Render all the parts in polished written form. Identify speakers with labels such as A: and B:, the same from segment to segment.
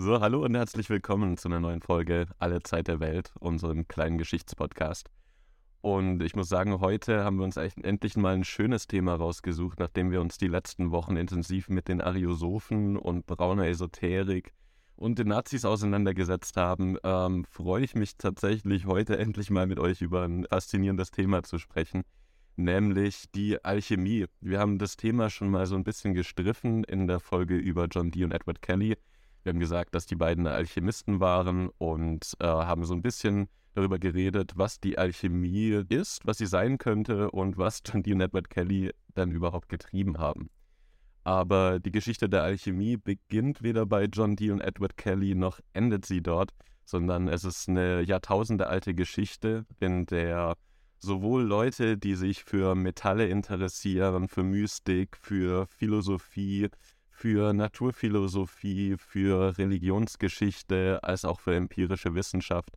A: So, hallo und herzlich willkommen zu einer neuen Folge Alle Zeit der Welt, unserem kleinen Geschichtspodcast. Und ich muss sagen, heute haben wir uns endlich mal ein schönes Thema rausgesucht, nachdem wir uns die letzten Wochen intensiv mit den Ariosophen und brauner Esoterik und den Nazis auseinandergesetzt haben, freue ich mich tatsächlich heute endlich mal mit euch über ein faszinierendes Thema zu sprechen, nämlich die Alchemie. Wir haben das Thema schon mal so ein bisschen gestriffen in der Folge über John Dee und Edward Kelly. Wir haben gesagt, dass die beiden Alchemisten waren und haben so ein bisschen darüber geredet, was die Alchemie ist, was sie sein könnte und was John Dee und Edward Kelly dann überhaupt getrieben haben. Aber die Geschichte der Alchemie beginnt weder bei John Dee und Edward Kelly noch endet sie dort, sondern es ist eine jahrtausendealte Geschichte, in der sowohl Leute, die sich für Metalle interessieren, für Mystik, für Philosophie, für Naturphilosophie, für Religionsgeschichte, als auch für empirische Wissenschaft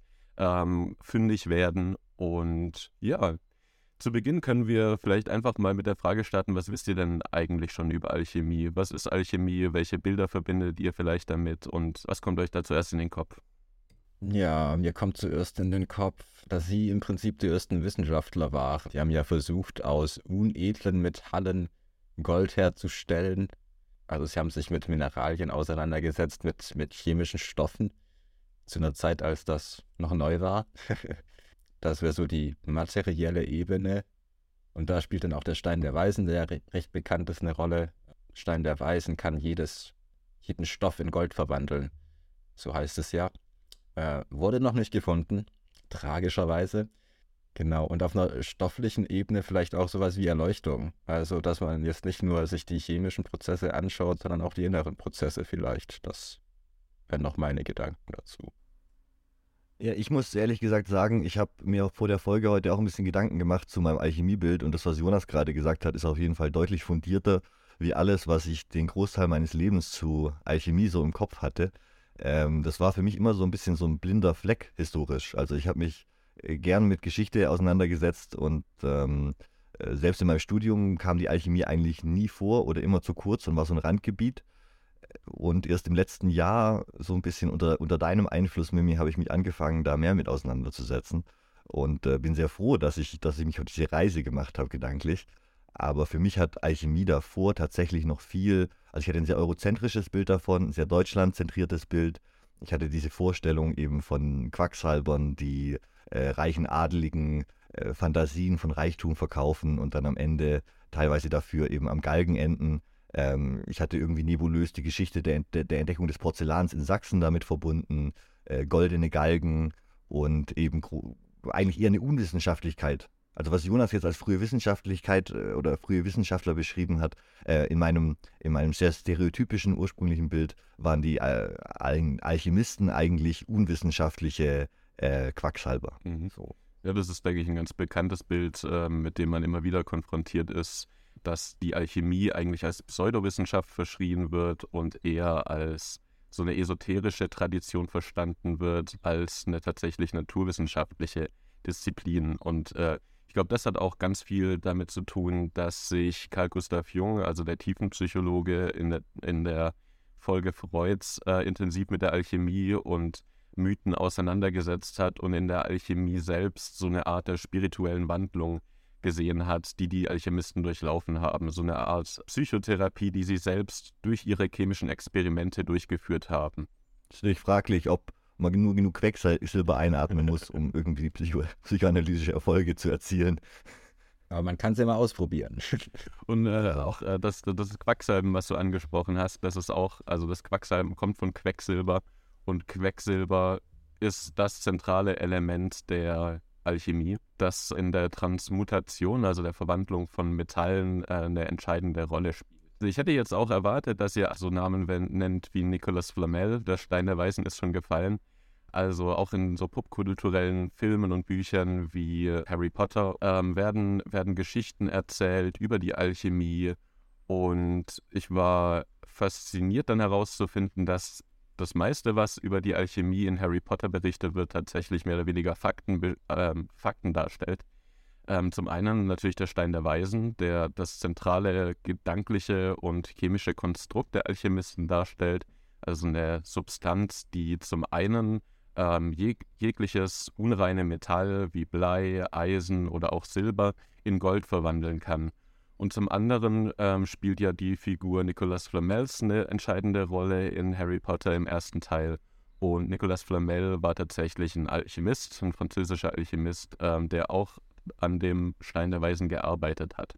A: fündig werden. Und ja, zu Beginn können wir vielleicht einfach mal mit der Frage starten, was wisst ihr denn eigentlich schon über Alchemie? Was ist Alchemie? Welche Bilder verbindet ihr vielleicht damit? Und was kommt euch da zuerst in den Kopf?
B: Ja, mir kommt zuerst in den Kopf, dass sie im Prinzip die ersten Wissenschaftler waren. Die haben ja versucht, aus unedlen Metallen Gold herzustellen. Also sie haben sich mit Mineralien auseinandergesetzt, mit chemischen Stoffen, zu einer Zeit, als das noch neu war. Das wäre so die materielle Ebene. Und da spielt dann auch der Stein der Weisen, der recht bekannt ist, eine Rolle. Stein der Weisen kann jeden Stoff in Gold verwandeln. So heißt es ja. Wurde noch nicht gefunden, tragischerweise. Genau, und auf einer stofflichen Ebene vielleicht auch sowas wie Erleuchtung. Also, dass man jetzt nicht nur sich die chemischen Prozesse anschaut, sondern auch die inneren Prozesse vielleicht. Das wären noch meine Gedanken dazu.
C: Ja, ich muss ehrlich gesagt sagen, ich habe mir vor der Folge heute auch ein bisschen Gedanken gemacht zu meinem Alchemiebild und das, was Jonas gerade gesagt hat, ist auf jeden Fall deutlich fundierter wie alles, was ich den Großteil meines Lebens zu Alchemie so im Kopf hatte. Das war für mich immer so ein bisschen so ein blinder Fleck historisch. Also ich habe mich gern mit Geschichte auseinandergesetzt und selbst in meinem Studium kam die Alchemie eigentlich nie vor oder immer zu kurz und war so ein Randgebiet. Und erst im letzten Jahr, so ein bisschen unter deinem Einfluss, Mimi, habe ich mich angefangen, da mehr mit auseinanderzusetzen. Und bin sehr froh, dass ich mich auf diese Reise gemacht habe, gedanklich. Aber für mich hat Alchemie davor tatsächlich noch viel, also ich hatte ein sehr eurozentrisches Bild davon, ein sehr deutschlandzentriertes Bild. Ich hatte diese Vorstellung eben von Quacksalbern, die reichen Adeligen Fantasien von Reichtum verkaufen und dann am Ende teilweise dafür eben am Galgen enden. Ich hatte irgendwie nebulös die Geschichte der Entdeckung des Porzellans in Sachsen damit verbunden, goldene Galgen und eben eigentlich eher eine Unwissenschaftlichkeit. Also was Jonas jetzt als frühe Wissenschaftlichkeit oder frühe Wissenschaftler beschrieben hat, in meinem sehr stereotypischen ursprünglichen Bild waren die Alchemisten eigentlich unwissenschaftliche Quacksalber.
A: Mhm.
C: So.
A: Ja, das ist, denke ich, ein ganz bekanntes Bild, mit dem man immer wieder konfrontiert ist, dass die Alchemie eigentlich als Pseudowissenschaft verschrien wird und eher als so eine esoterische Tradition verstanden wird, als eine tatsächlich naturwissenschaftliche Disziplin. Und ich glaube, das hat auch ganz viel damit zu tun, dass sich Carl Gustav Jung, also der Tiefenpsychologe in der Folge Freuds, intensiv mit der Alchemie und Mythen auseinandergesetzt hat und in der Alchemie selbst so eine Art der spirituellen Wandlung gesehen hat, die Alchemisten durchlaufen haben. So eine Art Psychotherapie, die sie selbst durch ihre chemischen Experimente durchgeführt haben.
C: Es ist natürlich fraglich, ob man nur genug Quecksilber einatmen muss, um irgendwie psychoanalytische Erfolge zu erzielen.
B: Aber man kann es ja mal ausprobieren.
A: Und auch das Quacksalben, was du angesprochen hast, das ist auch, also das Quacksalben kommt von Quecksilber und Quecksilber ist das zentrale Element der Alchemie, das in der Transmutation, also der Verwandlung von Metallen, eine entscheidende Rolle spielt. Also ich hätte jetzt auch erwartet, dass ihr so Namen nennt wie Nicolas Flamel, der Stein der Weisen ist schon gefallen. Also auch in so popkulturellen Filmen und Büchern wie Harry Potter werden Geschichten erzählt über die Alchemie. Und ich war fasziniert dann herauszufinden, dass das meiste, was über die Alchemie in Harry Potter berichtet wird, tatsächlich mehr oder weniger Fakten darstellt. Zum einen natürlich der Stein der Weisen, der das zentrale gedankliche und chemische Konstrukt der Alchemisten darstellt, also eine Substanz, die zum einen jegliches unreine Metall wie Blei, Eisen oder auch Silber in Gold verwandeln kann. Und zum anderen spielt ja die Figur Nicolas Flamel eine entscheidende Rolle in Harry Potter im ersten Teil. Und Nicolas Flamel war tatsächlich ein Alchemist, ein französischer Alchemist, der auch an dem Stein der Weisen gearbeitet hat.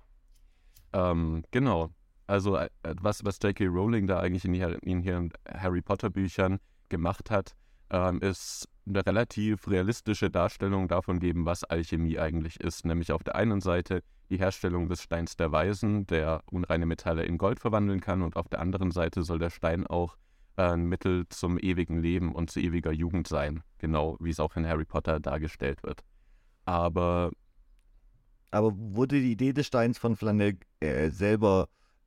A: Genau. Also was J.K. Rowling da eigentlich in ihren Harry Potter Büchern gemacht hat, ist eine relativ realistische Darstellung davon geben, was Alchemie eigentlich ist. Nämlich auf der einen Seite die Herstellung des Steins der Weisen, der unreine Metalle in Gold verwandeln kann, und auf der anderen Seite soll der Stein auch ein Mittel zum ewigen Leben und zu ewiger Jugend sein. Genau wie es auch in Harry Potter dargestellt wird. Aber
C: wurde die Idee des Steins von Flanell selber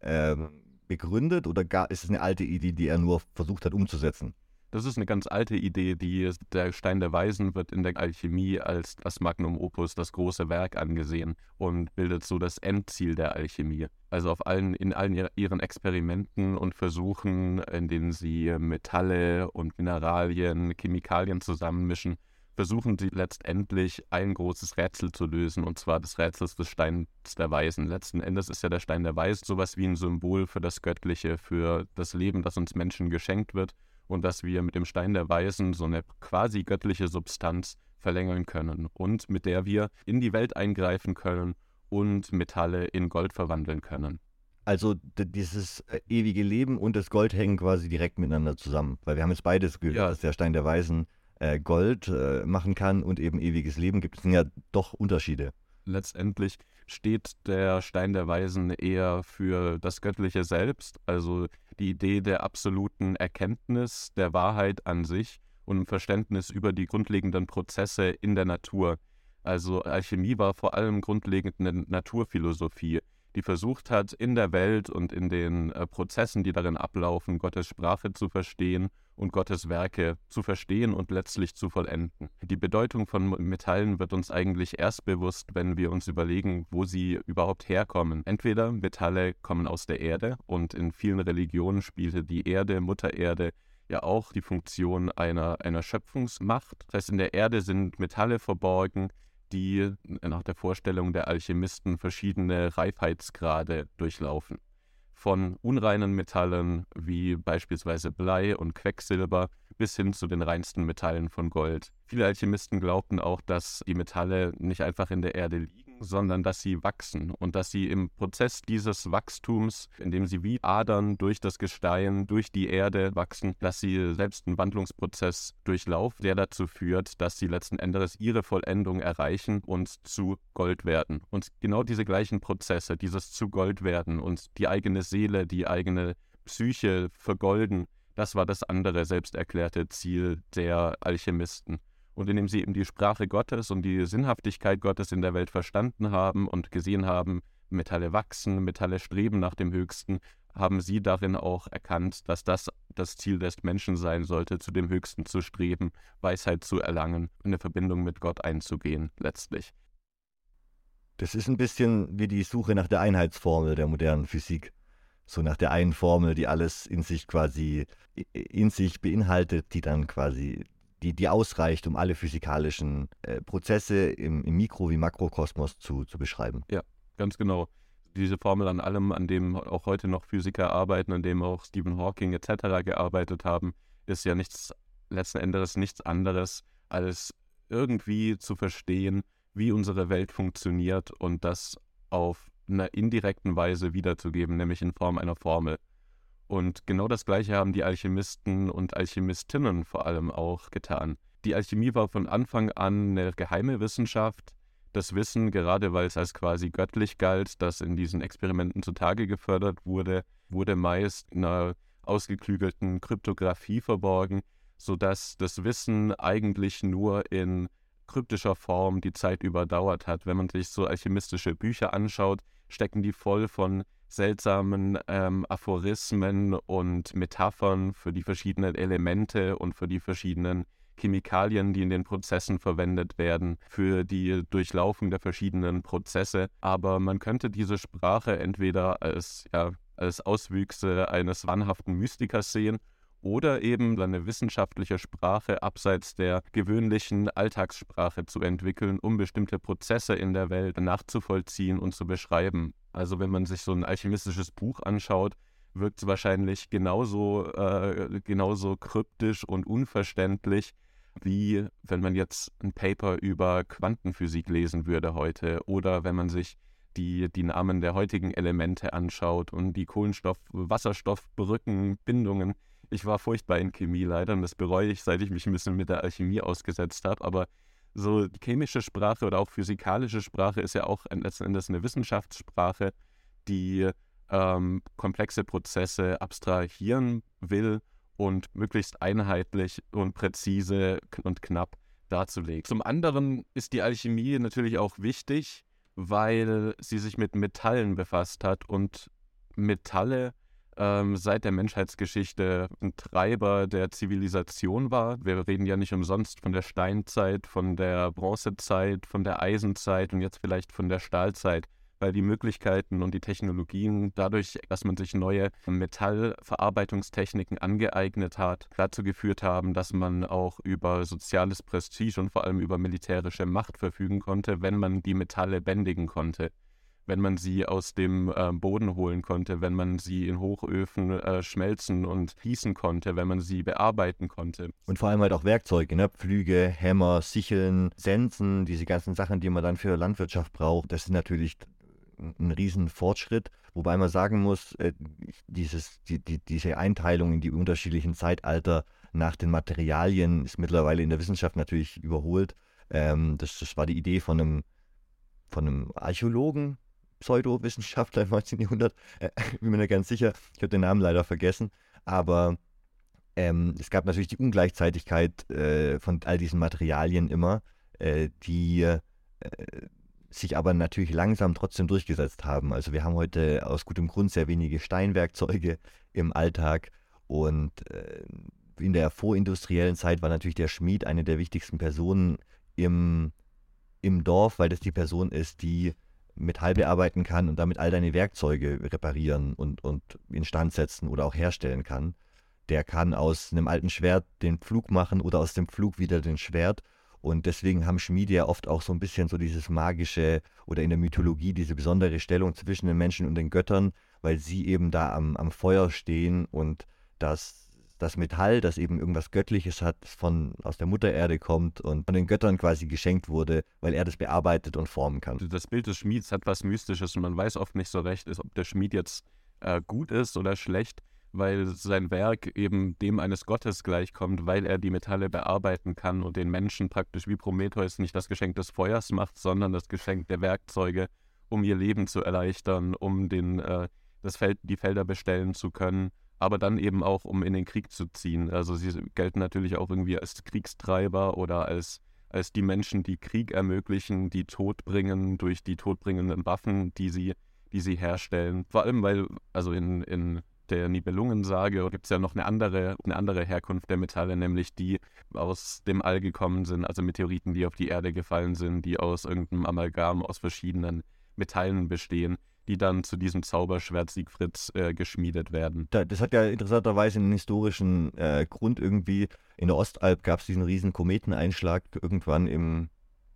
C: begründet oder ist es eine alte Idee, die er nur versucht hat umzusetzen?
A: das ist eine ganz alte Idee, der Stein der Weisen wird in der Alchemie als das Magnum Opus, das große Werk angesehen und bildet so das Endziel der Alchemie. Also in allen ihren Experimenten und Versuchen, in denen sie Metalle und Mineralien, Chemikalien zusammenmischen, versuchen sie letztendlich ein großes Rätsel zu lösen, und zwar des Rätsels des Steins der Weisen. Letzten Endes ist ja der Stein der Weisen sowas wie ein Symbol für das Göttliche, für das Leben, das uns Menschen geschenkt wird, und dass wir mit dem Stein der Weisen so eine quasi göttliche Substanz verlängern können und mit der wir in die Welt eingreifen können und Metalle in Gold verwandeln können.
C: Also dieses ewige Leben und das Gold hängen quasi direkt miteinander zusammen, weil wir haben jetzt beides gehört,
A: Ja.
C: dass der Stein der Weisen Gold machen kann und eben ewiges Leben gibt. Es sind ja doch Unterschiede.
A: Letztendlich steht der Stein der Weisen eher für das Göttliche selbst, also die Idee der absoluten Erkenntnis, der Wahrheit an sich und ein Verständnis über die grundlegenden Prozesse in der Natur. Also Alchemie war vor allem grundlegend eine Naturphilosophie, die versucht hat, in der Welt und in den Prozessen, die darin ablaufen, Gottes Sprache zu verstehen und Gottes Werke zu verstehen und letztlich zu vollenden. Die Bedeutung von Metallen wird uns eigentlich erst bewusst, wenn wir uns überlegen, wo sie überhaupt herkommen. Entweder Metalle kommen aus der Erde, und in vielen Religionen spielte die Erde, Mutter Erde, ja auch die Funktion einer Schöpfungsmacht. Das heißt, in der Erde sind Metalle verborgen, die nach der Vorstellung der Alchemisten verschiedene Reifheitsgrade durchlaufen. Von unreinen Metallen wie beispielsweise Blei und Quecksilber bis hin zu den reinsten Metallen von Gold. Viele Alchemisten glaubten auch, dass die Metalle nicht einfach in der Erde liegen, sondern dass sie wachsen und dass sie im Prozess dieses Wachstums, indem sie wie Adern durch das Gestein, durch die Erde wachsen, dass sie selbst einen Wandlungsprozess durchlaufen, der dazu führt, dass sie letzten Endes ihre Vollendung erreichen und zu Gold werden. Und genau diese gleichen Prozesse, dieses zu Gold werden und die eigene Seele, die eigene Psyche vergolden, das war das andere selbst erklärte Ziel der Alchemisten. Und indem sie eben die Sprache Gottes und die Sinnhaftigkeit Gottes in der Welt verstanden haben und gesehen haben, Metalle wachsen, Metalle streben nach dem Höchsten, haben sie darin auch erkannt, dass das Ziel des Menschen sein sollte, zu dem Höchsten zu streben, Weisheit zu erlangen, eine Verbindung mit Gott einzugehen, letztlich.
C: Das ist ein bisschen wie die Suche nach der Einheitsformel der modernen Physik. So nach der einen Formel, die alles in sich beinhaltet, die dann quasi, die ausreicht, um alle physikalischen Prozesse im Mikro- wie Makrokosmos zu beschreiben.
A: Ja, ganz genau. Diese Formel an allem, an dem auch heute noch Physiker arbeiten, an dem auch Stephen Hawking etc. gearbeitet haben, ist ja letzten Endes nichts anderes, als irgendwie zu verstehen, wie unsere Welt funktioniert und das auf einer indirekten Weise wiederzugeben, nämlich in Form einer Formel. Und genau das Gleiche haben die Alchemisten und Alchemistinnen vor allem auch getan. Die Alchemie war von Anfang an eine geheime Wissenschaft. Das Wissen, gerade weil es als quasi göttlich galt, das in diesen Experimenten zutage gefördert wurde, wurde meist in einer ausgeklügelten Kryptographie verborgen, sodass das Wissen eigentlich nur in kryptischer Form die Zeit überdauert hat. Wenn man sich so alchemistische Bücher anschaut, stecken die voll von seltsamen Aphorismen und Metaphern für die verschiedenen Elemente und für die verschiedenen Chemikalien, die in den Prozessen verwendet werden, für die Durchlaufung der verschiedenen Prozesse. Aber man könnte diese Sprache entweder als Auswüchse eines wahnhaften Mystikers sehen oder eben eine wissenschaftliche Sprache abseits der gewöhnlichen Alltagssprache zu entwickeln, um bestimmte Prozesse in der Welt nachzuvollziehen und zu beschreiben. Also wenn man sich so ein alchemistisches Buch anschaut, wirkt es wahrscheinlich genauso kryptisch und unverständlich, wie wenn man jetzt ein Paper über Quantenphysik lesen würde heute oder wenn man sich die Namen der heutigen Elemente anschaut und die Kohlenstoff-Wasserstoff-Brückenbindungen. Ich war furchtbar in Chemie leider und das bereue ich, seit ich mich ein bisschen mit der Alchemie ausgesetzt habe, aber so die chemische Sprache oder auch physikalische Sprache ist ja auch letzten Endes eine Wissenschaftssprache, die komplexe Prozesse abstrahieren will und möglichst einheitlich und präzise und knapp darzulegen. Zum anderen ist die Alchemie natürlich auch wichtig, weil sie sich mit Metallen befasst hat und Metalle seit der Menschheitsgeschichte ein Treiber der Zivilisation war. Wir reden ja nicht umsonst von der Steinzeit, von der Bronzezeit, von der Eisenzeit und jetzt vielleicht von der Stahlzeit, weil die Möglichkeiten und die Technologien dadurch, dass man sich neue Metallverarbeitungstechniken angeeignet hat, dazu geführt haben, dass man auch über soziales Prestige und vor allem über militärische Macht verfügen konnte, wenn man die Metalle bändigen konnte, wenn man sie aus dem Boden holen konnte, wenn man sie in Hochöfen schmelzen und gießen konnte, wenn man sie bearbeiten konnte.
C: Und vor allem halt auch Werkzeuge, ne? Pflüge, Hämmer, Sicheln, Sensen, diese ganzen Sachen, die man dann für Landwirtschaft braucht, das ist natürlich ein riesen Fortschritt, wobei man sagen muss, diese Einteilung in die unterschiedlichen Zeitalter nach den Materialien ist mittlerweile in der Wissenschaft natürlich überholt. Das war die Idee von einem Archäologen, Pseudowissenschaftler im 19. Jahrhundert, bin mir nicht ganz sicher, ich habe den Namen leider vergessen, aber es gab natürlich die Ungleichzeitigkeit von all diesen Materialien immer, die sich aber natürlich langsam trotzdem durchgesetzt haben. Also wir haben heute aus gutem Grund sehr wenige Steinwerkzeuge im Alltag und in der vorindustriellen Zeit war natürlich der Schmied eine der wichtigsten Personen im Dorf, weil das die Person ist, die Metall bearbeiten kann und damit all deine Werkzeuge reparieren und instand setzen oder auch herstellen kann. Der kann aus einem alten Schwert den Pflug machen oder aus dem Pflug wieder den Schwert. Und deswegen haben Schmiede ja oft auch so ein bisschen so dieses magische oder in der Mythologie diese besondere Stellung zwischen den Menschen und den Göttern, weil sie eben da am Feuer stehen und das Metall, das eben irgendwas Göttliches hat, aus der Mutter Erde kommt und von den Göttern quasi geschenkt wurde, weil er das bearbeitet und formen kann.
A: Das Bild des Schmieds hat was Mystisches und man weiß oft nicht so recht, ob der Schmied jetzt gut ist oder schlecht, weil sein Werk eben dem eines Gottes gleichkommt, weil er die Metalle bearbeiten kann und den Menschen praktisch wie Prometheus nicht das Geschenk des Feuers macht, sondern das Geschenk der Werkzeuge, um ihr Leben zu erleichtern, um die Felder bestellen zu können, aber dann eben auch, um in den Krieg zu ziehen. Also sie gelten natürlich auch irgendwie als Kriegstreiber oder als die Menschen, die Krieg ermöglichen, die Tod bringen durch die todbringenden Waffen, die sie herstellen. Vor allem, weil, also in der Nibelungensage gibt es ja noch eine andere Herkunft der Metalle, nämlich die aus dem All gekommen sind, also Meteoriten, die auf die Erde gefallen sind, die aus irgendeinem Amalgam aus verschiedenen Metallen bestehen, die dann zu diesem Zauberschwert Siegfrieds geschmiedet werden.
C: Das hat ja interessanterweise einen historischen Grund irgendwie. In der Ostalb gab es diesen riesen Kometeneinschlag irgendwann in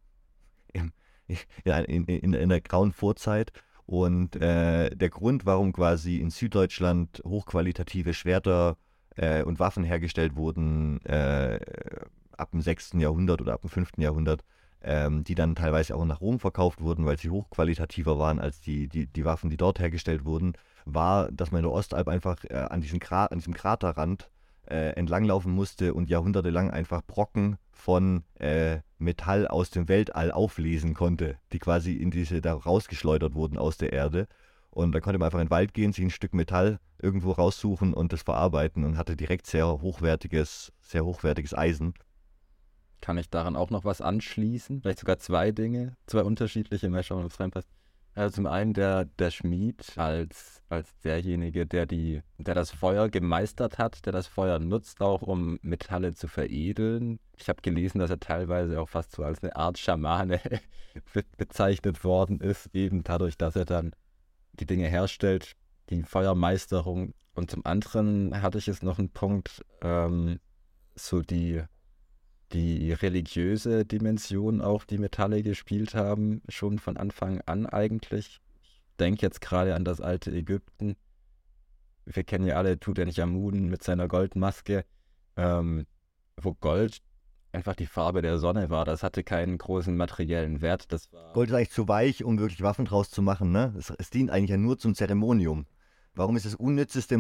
C: der grauen Vorzeit. Und der Grund, warum quasi in Süddeutschland hochqualitative Schwerter und Waffen hergestellt wurden ab dem 6. Jahrhundert oder ab dem 5. Jahrhundert, die dann teilweise auch nach Rom verkauft wurden, weil sie hochqualitativer waren als die Waffen, die dort hergestellt wurden, war, dass man in der Ostalb einfach an diesem Kraterrand entlanglaufen musste und jahrhundertelang einfach Brocken von Metall aus dem Weltall auflesen konnte, die quasi da rausgeschleudert wurden aus der Erde. Und da konnte man einfach in den Wald gehen, sich ein Stück Metall irgendwo raussuchen und das verarbeiten und hatte direkt sehr hochwertiges Eisen.
B: Kann ich daran auch noch was anschließen? Vielleicht sogar zwei unterschiedliche, mal schauen, was reinpasst. Also zum einen der Schmied als derjenige, der das Feuer gemeistert hat, der das Feuer nutzt, auch um Metalle zu veredeln. Ich habe gelesen, dass er teilweise auch fast so als eine Art Schamane bezeichnet worden ist, eben dadurch, dass er dann die Dinge herstellt, die Feuermeisterung Und zum anderen hatte ich jetzt noch einen Punkt, so die religiöse Dimension auch, die Metalle gespielt haben, schon von Anfang an eigentlich. Ich denke jetzt gerade an das alte Ägypten. Wir kennen ja alle Tutanchamun mit seiner Goldmaske, wo Gold einfach die Farbe der Sonne war. Das hatte keinen großen materiellen Wert. Das war
C: Gold ist eigentlich zu weich, um wirklich Waffen draus zu machen, ne? Es dient eigentlich ja nur zum Zeremonium. Warum ist das unnützeste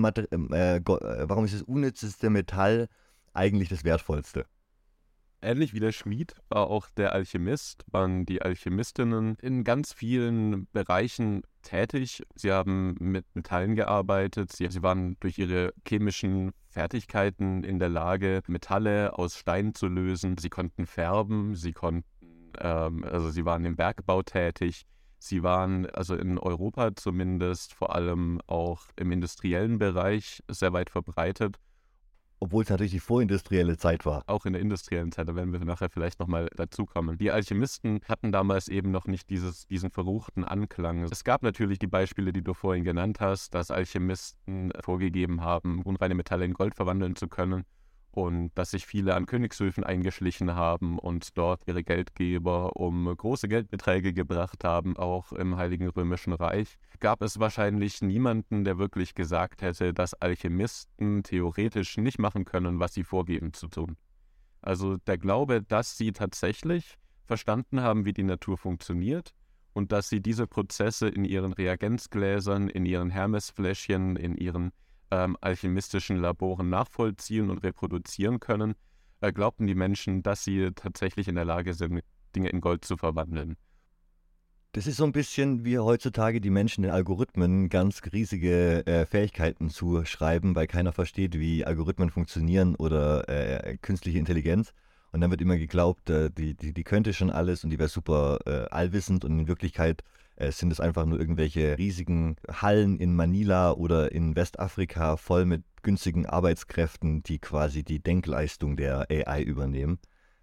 C: Metall eigentlich das wertvollste?
A: Ähnlich wie der Schmied war auch der Alchemist, waren die Alchemistinnen in ganz vielen Bereichen tätig. Sie haben mit Metallen gearbeitet, sie waren durch ihre chemischen Fertigkeiten in der Lage, Metalle aus Stein zu lösen. Sie konnten färben, sie waren im Bergbau tätig. Sie waren also in Europa zumindest vor allem auch im industriellen Bereich sehr weit verbreitet.
C: Obwohl es natürlich die vorindustrielle Zeit war.
A: Auch in der industriellen Zeit, da werden wir nachher vielleicht nochmal dazukommen. Die Alchemisten hatten damals eben noch nicht diesen verruchten Anklang. Es gab natürlich die Beispiele, die du vorhin genannt hast, dass Alchemisten vorgegeben haben, unreine Metalle in Gold verwandeln zu können und dass sich viele an Königshöfen eingeschlichen haben und dort ihre Geldgeber um große Geldbeträge gebracht haben, auch im Heiligen Römischen Reich. Gab es wahrscheinlich niemanden, der wirklich gesagt hätte, dass Alchemisten theoretisch nicht machen können, was sie vorgeben zu tun. Also der Glaube, dass sie tatsächlich verstanden haben, wie die Natur funktioniert und dass sie diese Prozesse in ihren Reagenzgläsern, in ihren Hermesfläschchen, in ihren alchemistischen Laboren nachvollziehen und reproduzieren können, glaubten die Menschen, dass sie tatsächlich in der Lage sind, Dinge in Gold zu verwandeln.
C: Das ist so ein bisschen wie heutzutage die Menschen den Algorithmen ganz riesige Fähigkeiten zuschreiben, weil keiner versteht, wie Algorithmen funktionieren oder künstliche Intelligenz. Und dann wird immer geglaubt, die könnte schon alles und die wäre super allwissend, und in Wirklichkeit sind es einfach nur irgendwelche riesigen Hallen in Manila oder in Westafrika voll mit günstigen Arbeitskräften, die quasi die Denkleistung der AI übernehmen.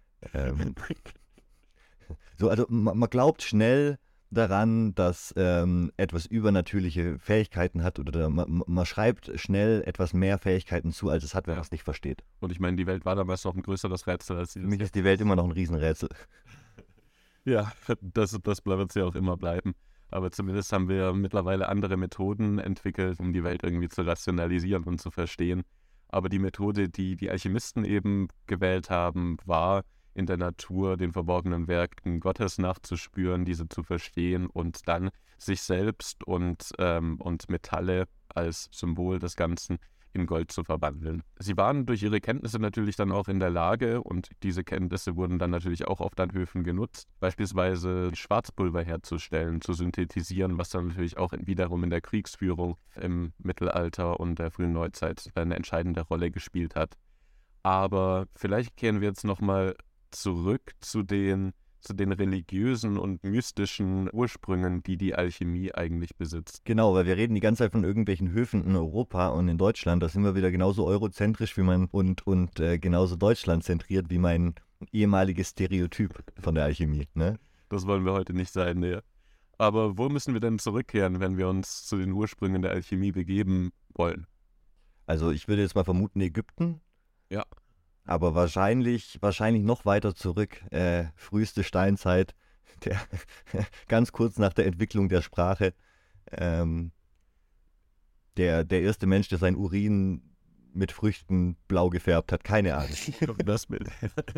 C: Also man glaubt schnell daran, dass etwas übernatürliche Fähigkeiten hat, oder man schreibt schnell etwas mehr Fähigkeiten zu, als es hat, wenn man es nicht versteht.
A: Und ich meine, die Welt war damals noch ein größeres Rätsel als sie.
C: Für mich ist die Welt immer noch ein Riesenrätsel.
A: Ja, das wird sie auch immer bleiben. Aber zumindest haben wir mittlerweile andere Methoden entwickelt, um die Welt irgendwie zu rationalisieren und zu verstehen. Aber die Methode, die die Alchemisten eben gewählt haben, war, in der Natur den verborgenen Werken Gottes nachzuspüren, diese zu verstehen und dann sich selbst und Metalle als Symbol des Ganzen in Gold zu verwandeln. Sie waren durch ihre Kenntnisse natürlich dann auch in der Lage, und diese Kenntnisse wurden dann natürlich auch auf den Höfen genutzt, beispielsweise Schwarzpulver herzustellen, zu synthetisieren, was dann natürlich auch wiederum in der Kriegsführung im Mittelalter und der frühen Neuzeit eine entscheidende Rolle gespielt hat. Aber vielleicht kehren wir jetzt nochmal zurück zu den religiösen und mystischen Ursprüngen, die die Alchemie eigentlich besitzt.
C: Genau, weil wir reden die ganze Zeit von irgendwelchen Höfen in Europa und in Deutschland. Da sind wir wieder genauso eurozentrisch wie genauso deutschlandzentriert wie mein ehemaliges Stereotyp von der Alchemie. Ne?
A: Das wollen wir heute nicht sein, ne? Aber wo müssen wir denn zurückkehren, wenn wir uns zu den Ursprüngen der Alchemie begeben wollen?
C: Also ich würde jetzt mal vermuten Ägypten.
A: Ja.
C: Aber wahrscheinlich noch weiter zurück, früheste Steinzeit, ganz kurz nach der Entwicklung der Sprache. Der erste Mensch, der sein Urin mit Früchten blau gefärbt hat, keine Ahnung.
A: Das mit.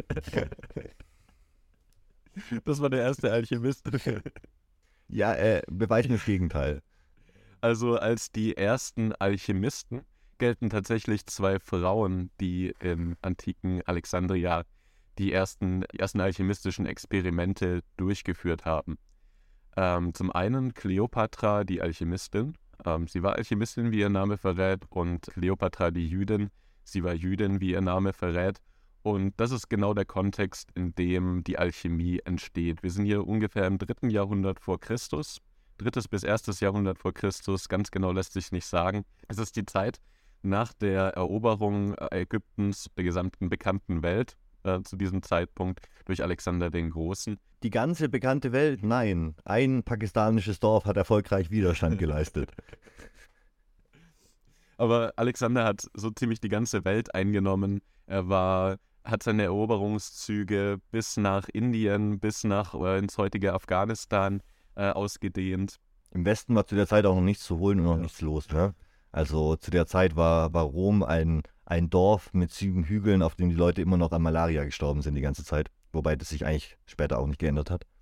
A: Das war der erste Alchemist.
C: Ja, beweis mir das Gegenteil.
A: Also als die ersten Alchemisten gelten tatsächlich zwei Frauen, die im antiken Alexandria die ersten alchemistischen Experimente durchgeführt haben. Zum einen Kleopatra, die Alchemistin. Sie war Alchemistin, wie ihr Name verrät, und Kleopatra, die Jüdin. Sie war Jüdin, wie ihr Name verrät. Und das ist genau der Kontext, in dem die Alchemie entsteht. Wir sind hier ungefähr im 3. Jahrhundert vor Christus. 3. bis 1. Jahrhundert vor Christus, ganz genau lässt sich nicht sagen. Es ist die Zeit nach der Eroberung Ägyptens, der gesamten bekannten Welt zu diesem Zeitpunkt durch Alexander den Großen.
C: Die ganze bekannte Welt? Nein. Ein pakistanisches Dorf hat erfolgreich Widerstand geleistet.
A: Aber Alexander hat so ziemlich die ganze Welt eingenommen. Hat seine Eroberungszüge bis nach Indien, bis nach ins heutige Afghanistan ausgedehnt.
C: Im Westen war zu der Zeit auch noch nichts zu holen und noch nichts los. Ne? Also zu der Zeit war Rom ein Dorf mit 7 Hügeln, auf dem die Leute immer noch an Malaria gestorben sind die ganze Zeit. Wobei das sich eigentlich später auch nicht geändert hat.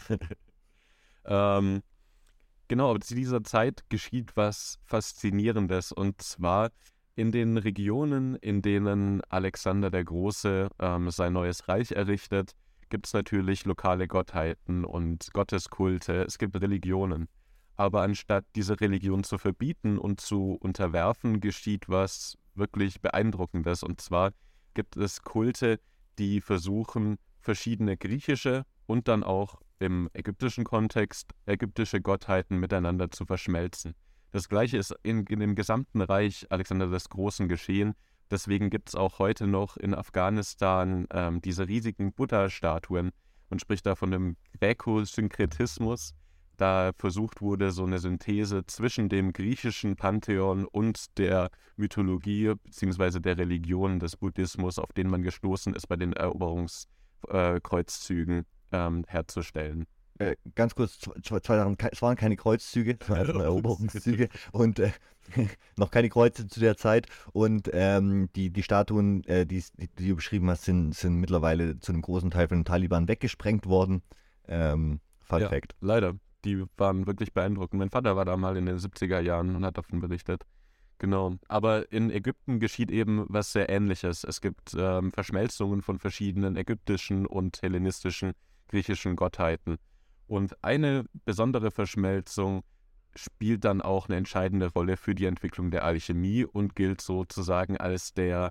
A: Genau, aber zu dieser Zeit geschieht was Faszinierendes. Und zwar in den Regionen, in denen Alexander der Große sein neues Reich errichtet, gibt es natürlich lokale Gottheiten und Gotteskulte. Es gibt Religionen. Aber anstatt diese Religion zu verbieten und zu unterwerfen, geschieht was wirklich Beeindruckendes. Und zwar gibt es Kulte, die versuchen, verschiedene griechische und dann auch im ägyptischen Kontext ägyptische Gottheiten miteinander zu verschmelzen. Das Gleiche ist in dem gesamten Reich Alexander des Großen geschehen. Deswegen gibt es auch heute noch in Afghanistan diese riesigen Buddha-Statuen. Man spricht da von dem Gräkosynkretismus. Da versucht wurde, so eine Synthese zwischen dem griechischen Pantheon und der Mythologie bzw. der Religion des Buddhismus, auf den man gestoßen ist bei den Eroberungskreuzzügen, herzustellen.
C: Ganz kurz, zwei Sachen. Es waren keine Kreuzzüge, es waren einfach Eroberungszüge und noch keine Kreuze zu der Zeit. Und die Statuen, die du beschrieben hast, sind mittlerweile zu einem großen Teil von den Taliban weggesprengt worden. Fun Fact.
A: Leider. Die waren wirklich beeindruckend. Mein Vater war da mal in den 70er Jahren und hat davon berichtet. Genau. Aber in Ägypten geschieht eben was sehr Ähnliches. Es gibt Verschmelzungen von verschiedenen ägyptischen und hellenistischen griechischen Gottheiten. Und eine besondere Verschmelzung spielt dann auch eine entscheidende Rolle für die Entwicklung der Alchemie und gilt sozusagen als der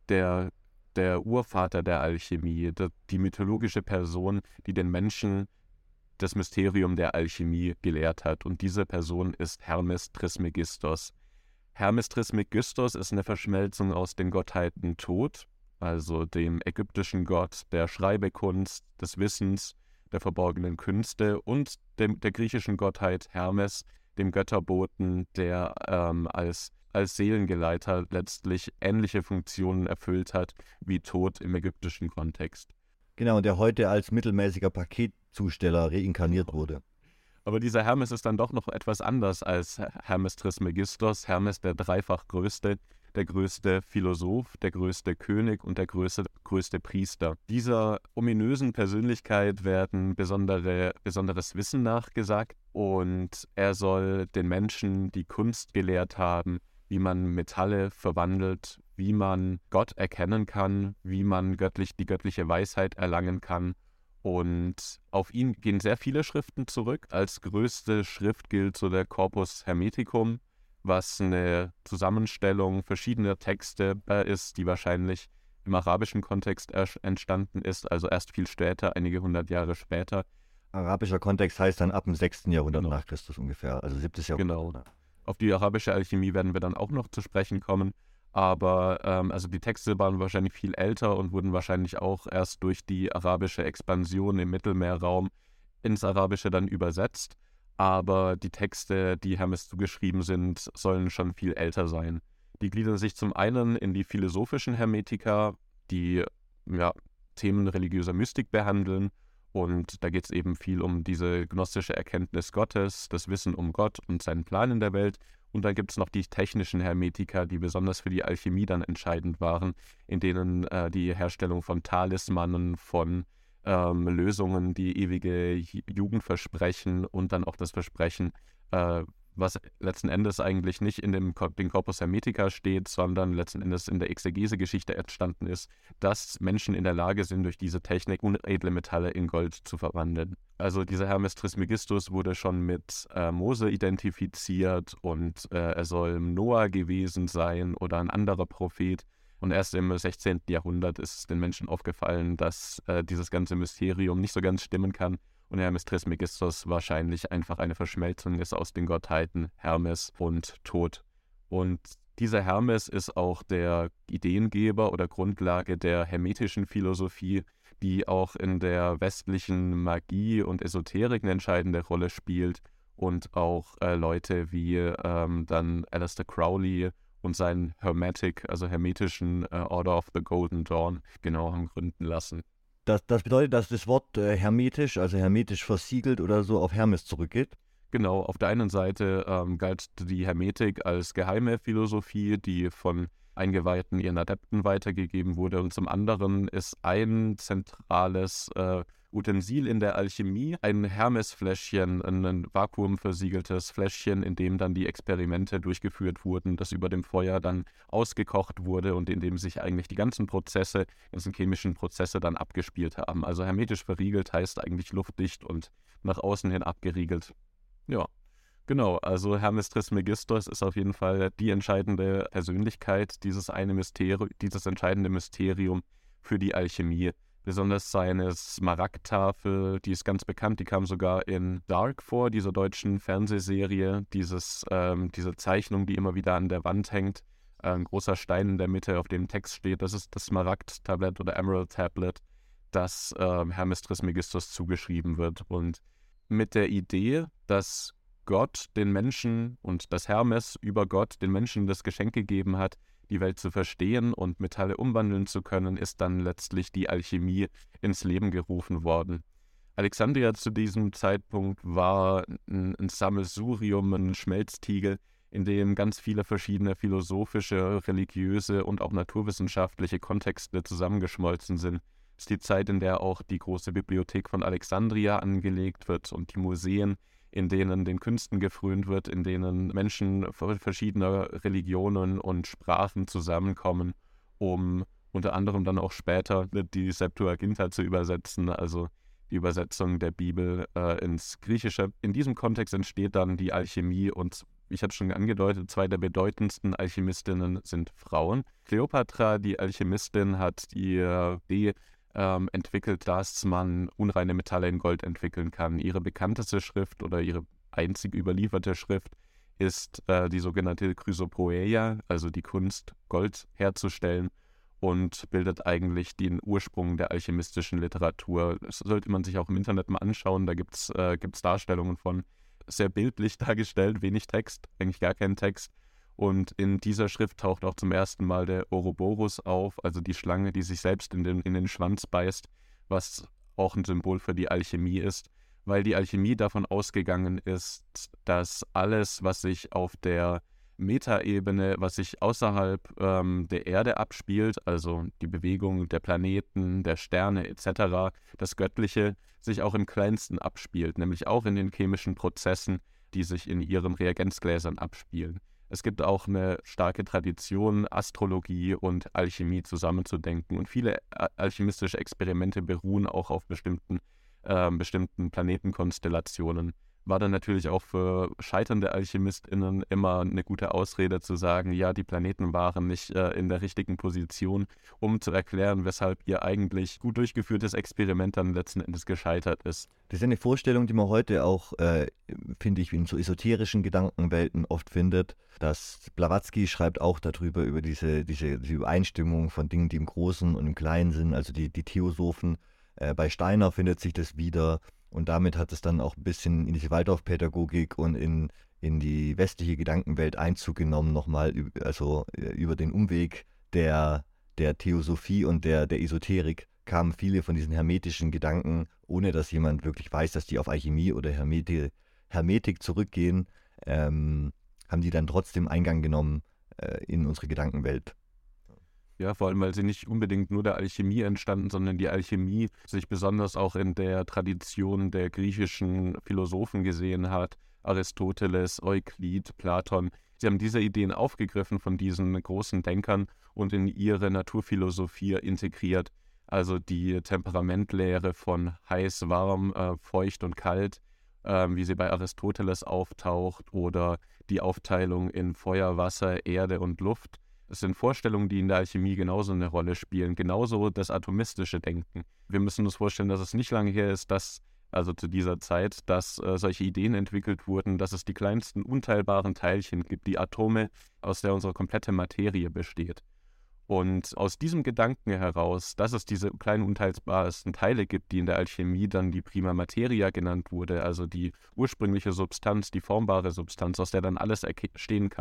A: Urvater der Alchemie, die mythologische Person, die den Menschen das Mysterium der Alchemie gelehrt hat. Und diese Person ist Hermes Trismegistos. Hermes Trismegistos ist eine Verschmelzung aus den Gottheiten Tod, also dem ägyptischen Gott der Schreibekunst, des Wissens, der verborgenen Künste und der griechischen Gottheit Hermes, dem Götterboten, der als Seelengeleiter letztlich ähnliche Funktionen erfüllt hat wie Tod im ägyptischen Kontext.
C: Genau, der heute als mittelmäßiger Paketzusteller reinkarniert wurde.
A: Aber dieser Hermes ist dann doch noch etwas anders als Hermes Trismegistos. Hermes der dreifach größte, der größte Philosoph, der größte König und der größte Priester. Dieser ominösen Persönlichkeit werden besonderes Wissen nachgesagt und er soll den Menschen die Kunst gelehrt haben, wie man Metalle verwandelt, wie man Gott erkennen kann, wie man die göttliche Weisheit erlangen kann. Und auf ihn gehen sehr viele Schriften zurück. Als größte Schrift gilt so der Corpus Hermeticum, was eine Zusammenstellung verschiedener Texte ist, die wahrscheinlich im arabischen Kontext entstanden ist, also erst viel später, einige 100 Jahre später.
C: Arabischer Kontext heißt dann ab dem 6. Jahrhundert nach Christus ungefähr, also 7. Jahrhundert.
A: Genau. Auf die arabische Alchemie werden wir dann auch noch zu sprechen kommen. Aber also die Texte waren wahrscheinlich viel älter und wurden wahrscheinlich auch erst durch die arabische Expansion im Mittelmeerraum ins Arabische dann übersetzt. Aber die Texte, die Hermes zugeschrieben sind, sollen schon viel älter sein. Die gliedern sich zum einen in die philosophischen Hermetiker, die Themen religiöser Mystik behandeln. Und da geht es eben viel um diese gnostische Erkenntnis Gottes, das Wissen um Gott und seinen Plan in der Welt. Und dann gibt es noch die technischen Hermetiker, die besonders für die Alchemie dann entscheidend waren, in denen die Herstellung von Talismanen, von Lösungen, die ewige Jugend versprechen und dann auch das Versprechen, was letzten Endes eigentlich nicht in den Corpus Hermetica steht, sondern letzten Endes in der Exegese-Geschichte entstanden ist, dass Menschen in der Lage sind, durch diese Technik unedle Metalle in Gold zu verwandeln. Also dieser Hermes Trismegistus wurde schon mit Mose identifiziert und er soll Noah gewesen sein oder ein anderer Prophet. Und erst im 16. Jahrhundert ist es den Menschen aufgefallen, dass dieses ganze Mysterium nicht so ganz stimmen kann. Und Hermes Trismegistos wahrscheinlich einfach eine Verschmelzung ist aus den Gottheiten Hermes und Tod. Und dieser Hermes ist auch der Ideengeber oder Grundlage der hermetischen Philosophie, die auch in der westlichen Magie und Esoterik eine entscheidende Rolle spielt und auch Leute wie dann Aleister Crowley und seinen hermetischen Order of the Golden Dawn genau haben gründen lassen.
C: Das bedeutet, dass das Wort hermetisch, also hermetisch versiegelt oder so, auf Hermes zurückgeht?
A: Genau, auf der einen Seite galt die Hermetik als geheime Philosophie, die von Eingeweihten ihren Adepten weitergegeben wurde. Und zum anderen ist ein zentrales Utensil in der Alchemie ein Hermes-Fläschchen, ein vakuumversiegeltes Fläschchen, in dem dann die Experimente durchgeführt wurden, das über dem Feuer dann ausgekocht wurde und in dem sich eigentlich die ganzen chemischen Prozesse dann abgespielt haben. Also hermetisch verriegelt heißt eigentlich luftdicht und nach außen hin abgeriegelt. Ja, genau. Also Hermes Trismegistos ist auf jeden Fall die entscheidende Persönlichkeit, dieses entscheidende Mysterium für die Alchemie. Besonders seine Smaragdtafel, die ist ganz bekannt, die kam sogar in Dark vor, dieser deutschen Fernsehserie. Diese Zeichnung, die immer wieder an der Wand hängt, ein großer Stein in der Mitte, auf dem Text steht, das ist das Smaragd-Tablet oder Emerald Tablet, das Hermes Trismegistos zugeschrieben wird. Und mit der Idee, dass Gott den Menschen und dass Hermes über Gott den Menschen das Geschenk gegeben hat, die Welt zu verstehen und Metalle umwandeln zu können, ist dann letztlich die Alchemie ins Leben gerufen worden. Alexandria zu diesem Zeitpunkt war ein Sammelsurium, ein Schmelztiegel, in dem ganz viele verschiedene philosophische, religiöse und auch naturwissenschaftliche Kontexte zusammengeschmolzen sind. Es ist die Zeit, in der auch die große Bibliothek von Alexandria angelegt wird und die Museen, in denen den Künsten gefrönt wird, in denen Menschen verschiedener Religionen und Sprachen zusammenkommen, um unter anderem dann auch später die Septuaginta zu übersetzen, also die Übersetzung der Bibel ins Griechische. In diesem Kontext entsteht dann die Alchemie und ich habe schon angedeutet, zwei der bedeutendsten Alchemistinnen sind Frauen. Kleopatra, die Alchemistin, hat die Idee entwickelt, dass man unreine Metalle in Gold entwickeln kann. Ihre bekannteste Schrift oder ihre einzig überlieferte Schrift ist die sogenannte Chrysopoeia, also die Kunst, Gold herzustellen und bildet eigentlich den Ursprung der alchemistischen Literatur. Das sollte man sich auch im Internet mal anschauen, da gibt's Darstellungen von, sehr bildlich dargestellt, wenig Text, eigentlich gar kein Text. Und in dieser Schrift taucht auch zum ersten Mal der Ouroboros auf, also die Schlange, die sich selbst in den Schwanz beißt, was auch ein Symbol für die Alchemie ist, weil die Alchemie davon ausgegangen ist, dass alles, was sich auf der Metaebene, was sich außerhalb der Erde abspielt, also die Bewegung der Planeten, der Sterne etc., das Göttliche, sich auch im Kleinsten abspielt, nämlich auch in den chemischen Prozessen, die sich in ihren Reagenzgläsern abspielen. Es gibt auch eine starke Tradition, Astrologie und Alchemie zusammenzudenken. Und viele alchemistische Experimente beruhen auch auf bestimmten Planetenkonstellationen. War dann natürlich auch für scheiternde AlchemistInnen immer eine gute Ausrede zu sagen, ja, die Planeten waren nicht in der richtigen Position, um zu erklären, weshalb ihr eigentlich gut durchgeführtes Experiment dann letzten Endes gescheitert ist.
C: Das ist eine Vorstellung, die man heute auch, finde ich, in so esoterischen Gedankenwelten oft findet. Blavatsky schreibt auch darüber, über diese Übereinstimmung von Dingen, die im Großen und im Kleinen sind, also die Theosophen. Bei Steiner findet sich das wieder. Und damit hat es dann auch ein bisschen in diese Waldorfpädagogik und in die westliche Gedankenwelt Einzug genommen, nochmal, also über den Umweg der Theosophie und der Esoterik kamen viele von diesen hermetischen Gedanken, ohne dass jemand wirklich weiß, dass die auf Alchemie oder Hermetik zurückgehen, haben die dann trotzdem Eingang genommen in unsere Gedankenwelt.
A: Ja, vor allem, weil sie nicht unbedingt nur der Alchemie entstanden, sondern die Alchemie sich besonders auch in der Tradition der griechischen Philosophen gesehen hat. Aristoteles, Euklid, Platon. Sie haben diese Ideen aufgegriffen von diesen großen Denkern und in ihre Naturphilosophie integriert. Also die Temperamentlehre von heiß, warm, feucht und kalt, wie sie bei Aristoteles auftaucht, oder die Aufteilung in Feuer, Wasser, Erde und Luft. Es sind Vorstellungen, die in der Alchemie genauso eine Rolle spielen, genauso das atomistische Denken. Wir müssen uns vorstellen, dass es nicht lange her ist, also zu dieser Zeit, dass solche Ideen entwickelt wurden, dass es die kleinsten unteilbaren Teilchen gibt, die Atome, aus der unsere komplette Materie besteht. Und aus diesem Gedanken heraus, dass es diese kleinen unteilbarsten Teile gibt, die in der Alchemie dann die Prima Materia genannt wurde, also die ursprüngliche Substanz, die formbare Substanz, aus der dann alles entstehen kann,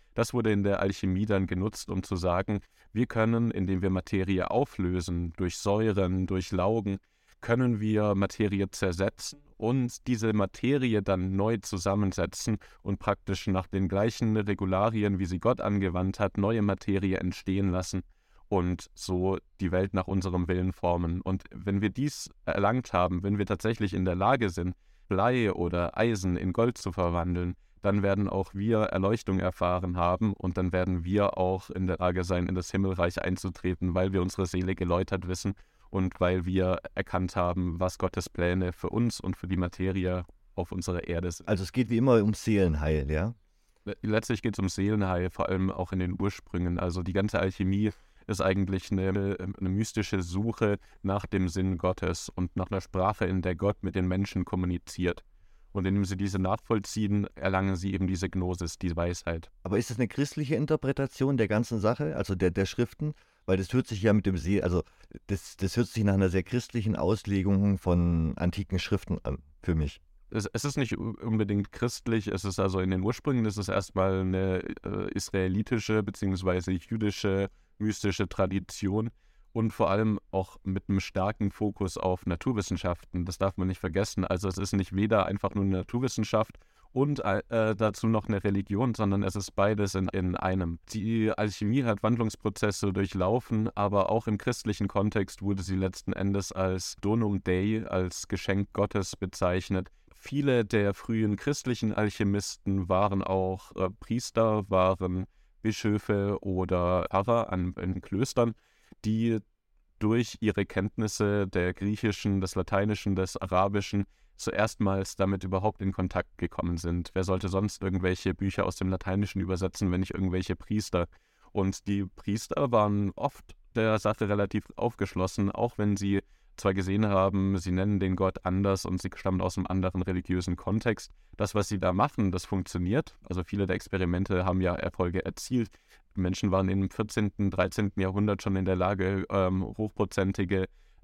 A: Das wurde in der Alchemie dann genutzt, um zu sagen, wir können, indem wir Materie auflösen, durch Säuren, durch Laugen, können wir Materie zersetzen und diese Materie dann neu zusammensetzen und praktisch nach den gleichen Regularien, wie sie Gott angewandt hat, neue Materie entstehen lassen und so die Welt nach unserem Willen formen. Und wenn wir dies erlangt haben, wenn wir tatsächlich in der Lage sind, Blei oder Eisen in Gold zu verwandeln, dann werden auch wir Erleuchtung erfahren haben und dann werden wir auch in der Lage sein, in das Himmelreich einzutreten, weil wir unsere Seele geläutert wissen und weil wir erkannt haben, was Gottes Pläne für uns und für die Materie auf unserer Erde sind.
C: Also es geht wie immer um Seelenheil, ja?
A: Letztlich geht es um Seelenheil, vor allem auch in den Ursprüngen. Also die ganze Alchemie ist eigentlich eine mystische Suche nach dem Sinn Gottes und nach einer Sprache, in der Gott mit den Menschen kommuniziert. Und indem sie diese nachvollziehen, erlangen sie eben diese Gnosis, die Weisheit.
C: Aber ist das eine christliche Interpretation der ganzen Sache, also der Schriften? Weil das hört sich ja mit dem also das hört sich nach einer sehr christlichen Auslegung von antiken Schriften an, für mich.
A: Es ist nicht unbedingt christlich, es ist also in den Ursprüngen, es ist erstmal eine israelitische bzw. jüdische mystische Tradition und vor allem auch mit einem starken Fokus auf Naturwissenschaften. Das darf man nicht vergessen. Also es ist nicht weder einfach nur eine Naturwissenschaft und dazu noch eine Religion, sondern es ist beides in einem. Die Alchemie hat Wandlungsprozesse durchlaufen, aber auch im christlichen Kontext wurde sie letzten Endes als Donum Dei, als Geschenk Gottes bezeichnet. Viele der frühen christlichen Alchemisten waren auch Priester, waren Bischöfe oder Pfarrer in Klöstern, die durch ihre Kenntnisse der Griechischen, des Lateinischen, des Arabischen zuerstmals damit überhaupt in Kontakt gekommen sind. Wer sollte sonst irgendwelche Bücher aus dem Lateinischen übersetzen, wenn nicht irgendwelche Priester? Und die Priester waren oft der Sache relativ aufgeschlossen, auch wenn sie zwar gesehen haben, sie nennen den Gott anders und sie stammen aus einem anderen religiösen Kontext. Das, was sie da machen, das funktioniert. Also viele der Experimente haben ja Erfolge erzielt. Menschen waren im 14., 13. Jahrhundert schon in der Lage, hochprozentige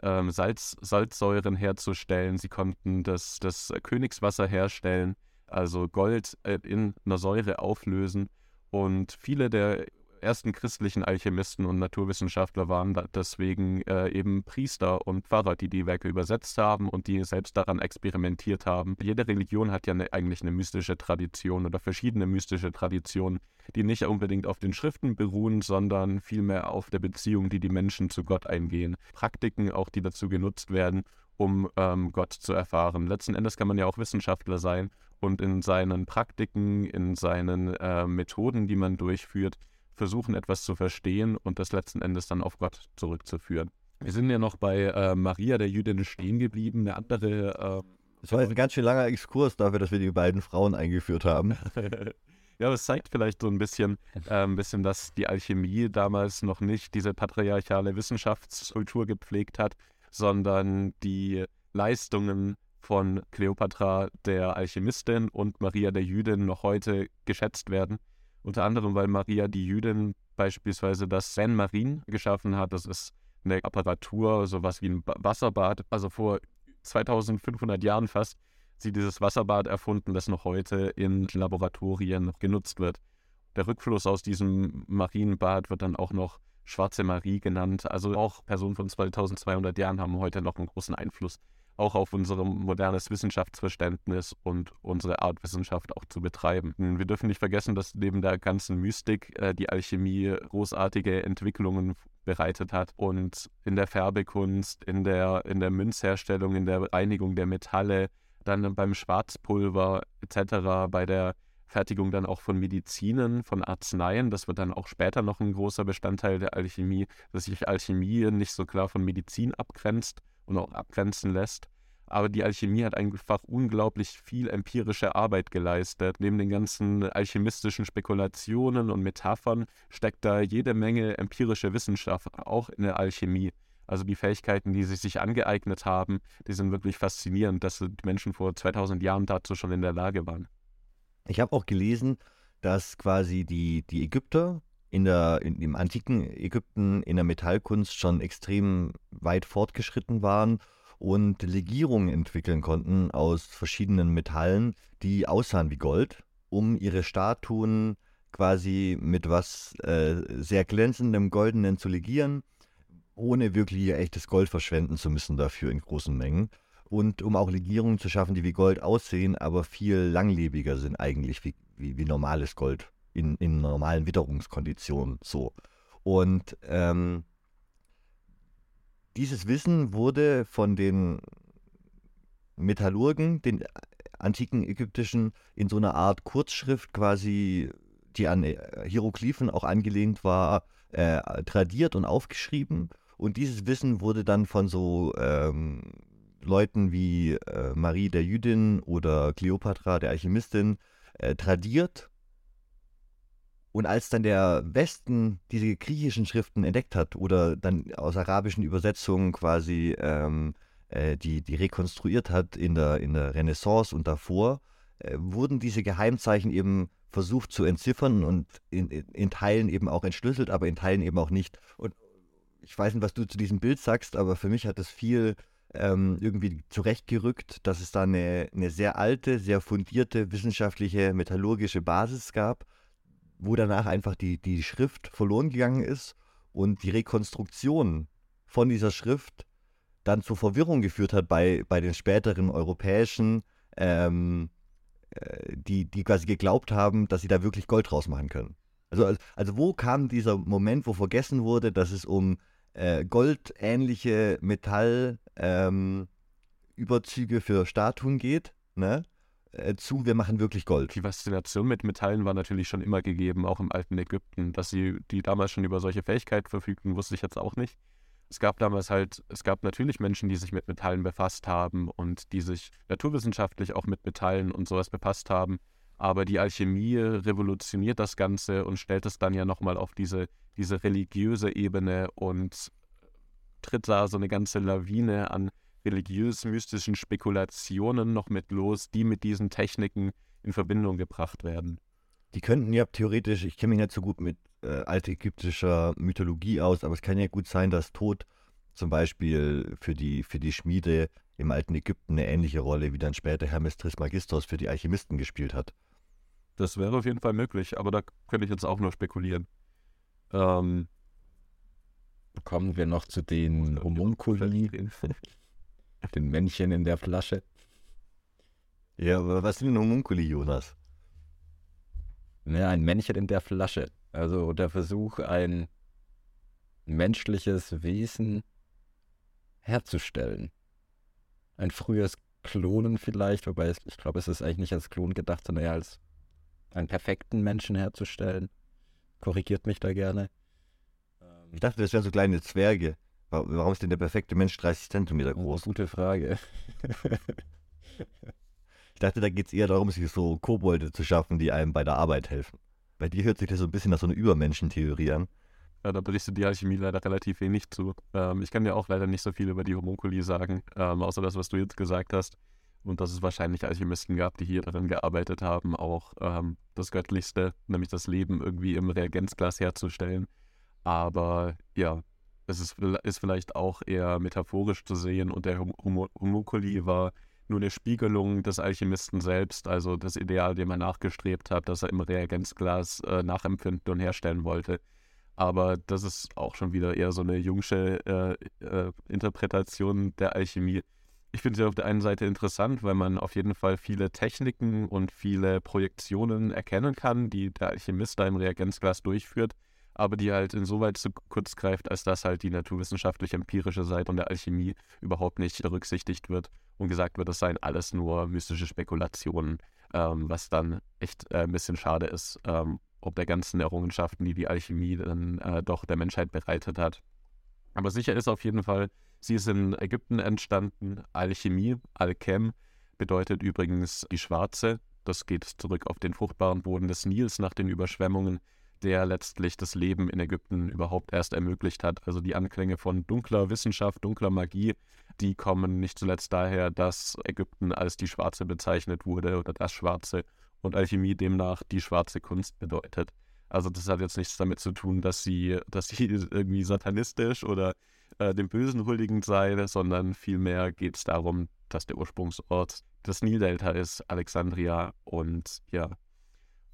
A: Salzsäuren herzustellen. Sie konnten das Königswasser herstellen, also Gold in einer Säure auflösen. Und viele der ersten christlichen Alchemisten und Naturwissenschaftler waren deswegen eben Priester und Pfarrer, die die Werke übersetzt haben und die selbst daran experimentiert haben. Jede Religion hat ja eigentlich eine mystische Tradition oder verschiedene mystische Traditionen, die nicht unbedingt auf den Schriften beruhen, sondern vielmehr auf der Beziehung, die die Menschen zu Gott eingehen. Praktiken auch, die dazu genutzt werden, um Gott zu erfahren. Letzten Endes kann man ja auch Wissenschaftler sein und in seinen Praktiken, in seinen Methoden, die man durchführt, versuchen, etwas zu verstehen und das letzten Endes dann auf Gott zurückzuführen. Wir sind ja noch bei Maria, der Jüdin, stehen geblieben. Eine andere...
C: Das war jetzt ein ganz schön langer Exkurs dafür, dass wir die beiden Frauen eingeführt haben.
A: Ja, aber es zeigt vielleicht so ein bisschen, dass die Alchemie damals noch nicht diese patriarchale Wissenschaftskultur gepflegt hat, sondern die Leistungen von Kleopatra, der Alchemistin, und Maria, der Jüdin, noch heute geschätzt werden. Unter anderem, weil Maria, die Jüdin, beispielsweise das Bain-Marie geschaffen hat. Das ist eine Apparatur, sowas wie ein Wasserbad. Also vor 2500 Jahren fast, sie dieses Wasserbad erfunden, das noch heute in Laboratorien noch genutzt wird. Der Rückfluss aus diesem Marienbad wird dann auch noch Schwarze Marie genannt. Also auch Personen von 2200 Jahren haben heute noch einen großen Einfluss, auch auf unser modernes Wissenschaftsverständnis und unsere Art, Wissenschaft auch zu betreiben. Wir dürfen nicht vergessen, dass neben der ganzen Mystik die Alchemie großartige Entwicklungen bereitet hat und in der Färbekunst, in der Münzherstellung, in der Reinigung der Metalle, dann beim Schwarzpulver etc., bei der Fertigung dann auch von Medizinen, von Arzneien. Das wird dann auch später noch ein großer Bestandteil der Alchemie, dass sich Alchemie nicht so klar von Medizin abgrenzt und auch abgrenzen lässt. Aber die Alchemie hat einfach unglaublich viel empirische Arbeit geleistet. Neben den ganzen alchemistischen Spekulationen und Metaphern steckt da jede Menge empirische Wissenschaft, auch in der Alchemie. Also die Fähigkeiten, die sie sich angeeignet haben, die sind wirklich faszinierend, dass die Menschen vor 2000 Jahren dazu schon in der Lage waren.
C: Ich habe auch gelesen, dass quasi die Ägypter im antiken Ägypten in der Metallkunst schon extrem weit fortgeschritten waren und Legierungen entwickeln konnten aus verschiedenen Metallen, die aussahen wie Gold, um ihre Statuen quasi mit was sehr glänzendem, goldenen zu legieren, ohne wirklich ihr echtes Gold verschwenden zu müssen dafür in großen Mengen. Und um auch Legierungen zu schaffen, die wie Gold aussehen, aber viel langlebiger sind eigentlich wie normales Gold in normalen Witterungskonditionen so. Und dieses Wissen wurde von den Metallurgen, den antiken ägyptischen, in so einer Art Kurzschrift quasi, die an Hieroglyphen auch angelehnt war, tradiert und aufgeschrieben. Und dieses Wissen wurde dann von so Leuten wie Marie der Jüdin oder Kleopatra der Alchemistin tradiert. Und als dann der Westen diese griechischen Schriften entdeckt hat oder dann aus arabischen Übersetzungen quasi die rekonstruiert hat in der Renaissance und davor, wurden diese Geheimzeichen eben versucht zu entziffern und in Teilen eben auch entschlüsselt, aber in Teilen eben auch nicht. Und ich weiß nicht, was du zu diesem Bild sagst, aber für mich hat es viel irgendwie zurechtgerückt, dass es da eine sehr alte, sehr fundierte wissenschaftliche, metallurgische Basis gab, wo danach einfach die Schrift verloren gegangen ist und die Rekonstruktion von dieser Schrift dann zur Verwirrung geführt hat bei den späteren Europäischen, die quasi geglaubt haben, dass sie da wirklich Gold draus machen können. Also wo kam dieser Moment, wo vergessen wurde, dass es um goldähnliche Metallüberzüge für Statuen geht, ne? Zu, wir machen wirklich Gold.
A: Die Faszination mit Metallen war natürlich schon immer gegeben, auch im alten Ägypten. Dass die damals schon über solche Fähigkeiten verfügten, wusste ich jetzt auch nicht. Es gab natürlich Menschen, die sich mit Metallen befasst haben und die sich naturwissenschaftlich auch mit Metallen und sowas befasst haben. Aber die Alchemie revolutioniert das Ganze und stellt es dann ja nochmal auf diese religiöse Ebene und tritt da so eine ganze Lawine an religiös-mystischen Spekulationen noch mit los, die mit diesen Techniken in Verbindung gebracht werden.
C: Die könnten ja theoretisch, ich kenne mich nicht so gut mit altägyptischer Mythologie aus, aber es kann ja gut sein, dass Tod zum Beispiel für die Schmiede im alten Ägypten eine ähnliche Rolle wie dann später Hermes Trismegistos für die Alchemisten gespielt hat.
A: Das wäre auf jeden Fall möglich, aber da könnte ich jetzt auch nur spekulieren.
B: Kommen wir noch zu den Homunculi, den Männchen in der Flasche.
C: Ja, aber was sind denn Homunculi, Jonas?
B: Ja, ein Männchen in der Flasche. Also der Versuch, ein menschliches Wesen herzustellen. Ein frühes Klonen vielleicht, wobei ich glaube, es ist eigentlich nicht als Klon gedacht, sondern eher als einen perfekten Menschen herzustellen. Korrigiert mich da gerne.
C: Ich dachte, das wären so kleine Zwerge. Warum ist denn der perfekte Mensch 30 Zentimeter groß?
B: Gute Frage.
C: Ich dachte, da geht es eher darum, sich so Kobolde zu schaffen, die einem bei der Arbeit helfen. Bei dir hört sich das so ein bisschen nach so einer Übermenschentheorie an.
A: Ja, da berichtet die Alchemie leider relativ wenig zu. Ich kann dir auch leider nicht so viel über die Homunculi sagen, außer das, was du jetzt gesagt hast. Und dass es wahrscheinlich Alchemisten gab, die hier daran gearbeitet haben, auch das Göttlichste, nämlich das Leben irgendwie im Reagenzglas herzustellen. Aber ja, es ist vielleicht auch eher metaphorisch zu sehen und der Homunculi war nur eine Spiegelung des Alchemisten selbst, also das Ideal, dem er nachgestrebt hat, das er im Reagenzglas nachempfinden und herstellen wollte. Aber das ist auch schon wieder eher so eine jungsche Interpretation der Alchemie. Ich finde sie auf der einen Seite interessant, weil man auf jeden Fall viele Techniken und viele Projektionen erkennen kann, die der Alchemist da im Reagenzglas durchführt, aber die halt insoweit zu kurz greift, als dass halt die naturwissenschaftlich-empirische Seite von der Alchemie überhaupt nicht berücksichtigt wird und gesagt wird, das seien alles nur mystische Spekulationen, was dann echt ein bisschen schade ist, ob der ganzen Errungenschaften, die die Alchemie dann doch der Menschheit bereitet hat. Aber sicher ist auf jeden Fall, sie ist in Ägypten entstanden. Alchemie, Alchem, bedeutet übrigens die Schwarze. Das geht zurück auf den fruchtbaren Boden des Nils nach den Überschwemmungen, der letztlich das Leben in Ägypten überhaupt erst ermöglicht hat. Also die Anklänge von dunkler Wissenschaft, dunkler Magie, die kommen nicht zuletzt daher, dass Ägypten als die Schwarze bezeichnet wurde oder das Schwarze und Alchemie demnach die schwarze Kunst bedeutet. Also das hat jetzt nichts damit zu tun, dass sie irgendwie satanistisch oder dem Bösen huldigend sei, sondern vielmehr geht es darum, dass der Ursprungsort das Nildelta ist, Alexandria. Und ja,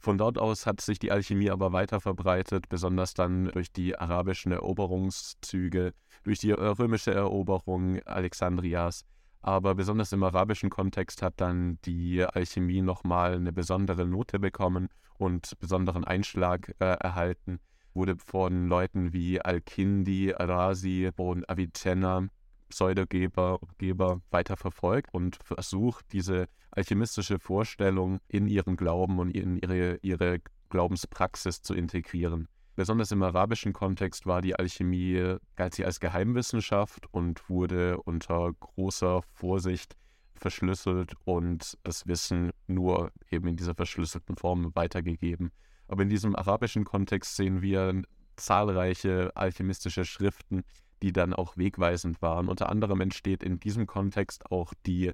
A: Von dort aus hat sich die Alchemie aber weiter verbreitet, besonders dann durch die arabischen Eroberungszüge, durch die römische Eroberung Alexandrias. Aber besonders im arabischen Kontext hat dann die Alchemie nochmal eine besondere Note bekommen und besonderen Einschlag erhalten. Wurde von Leuten wie Al-Kindi, Al-Razi und Avicenna, Pseudogeber weiter verfolgt und versucht, diese alchemistische Vorstellung in ihren Glauben und in ihre Glaubenspraxis zu integrieren. Besonders im arabischen Kontext war die Alchemie, galt sie als Geheimwissenschaft und wurde unter großer Vorsicht verschlüsselt und das Wissen nur eben in dieser verschlüsselten Form weitergegeben. Aber in diesem arabischen Kontext sehen wir zahlreiche alchemistische Schriften, die dann auch wegweisend waren. Unter anderem entsteht in diesem Kontext auch die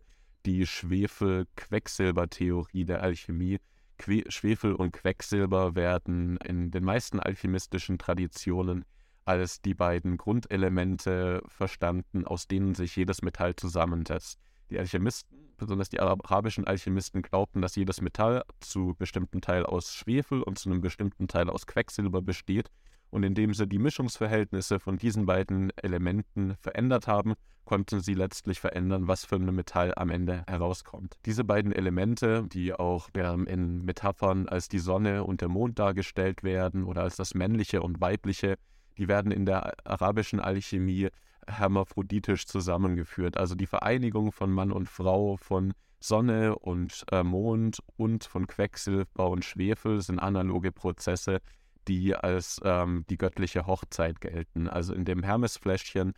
A: Schwefel-Quecksilber-Theorie der Alchemie. Schwefel und Quecksilber werden in den meisten alchemistischen Traditionen als die beiden Grundelemente verstanden, aus denen sich jedes Metall zusammensetzt. Die Alchemisten, besonders die arabischen Alchemisten, glaubten, dass jedes Metall zu bestimmten Teil aus Schwefel und zu einem bestimmten Teil aus Quecksilber besteht. Und indem sie die Mischungsverhältnisse von diesen beiden Elementen verändert haben, konnten sie letztlich verändern, was für ein Metall am Ende herauskommt. Diese beiden Elemente, die auch in Metaphern als die Sonne und der Mond dargestellt werden oder als das Männliche und Weibliche, die werden in der arabischen Alchemie hermaphroditisch zusammengeführt. Also die Vereinigung von Mann und Frau, von Sonne und Mond und von Quecksilber und Schwefel sind analoge Prozesse, die als die göttliche Hochzeit gelten. Also in dem Hermesfläschchen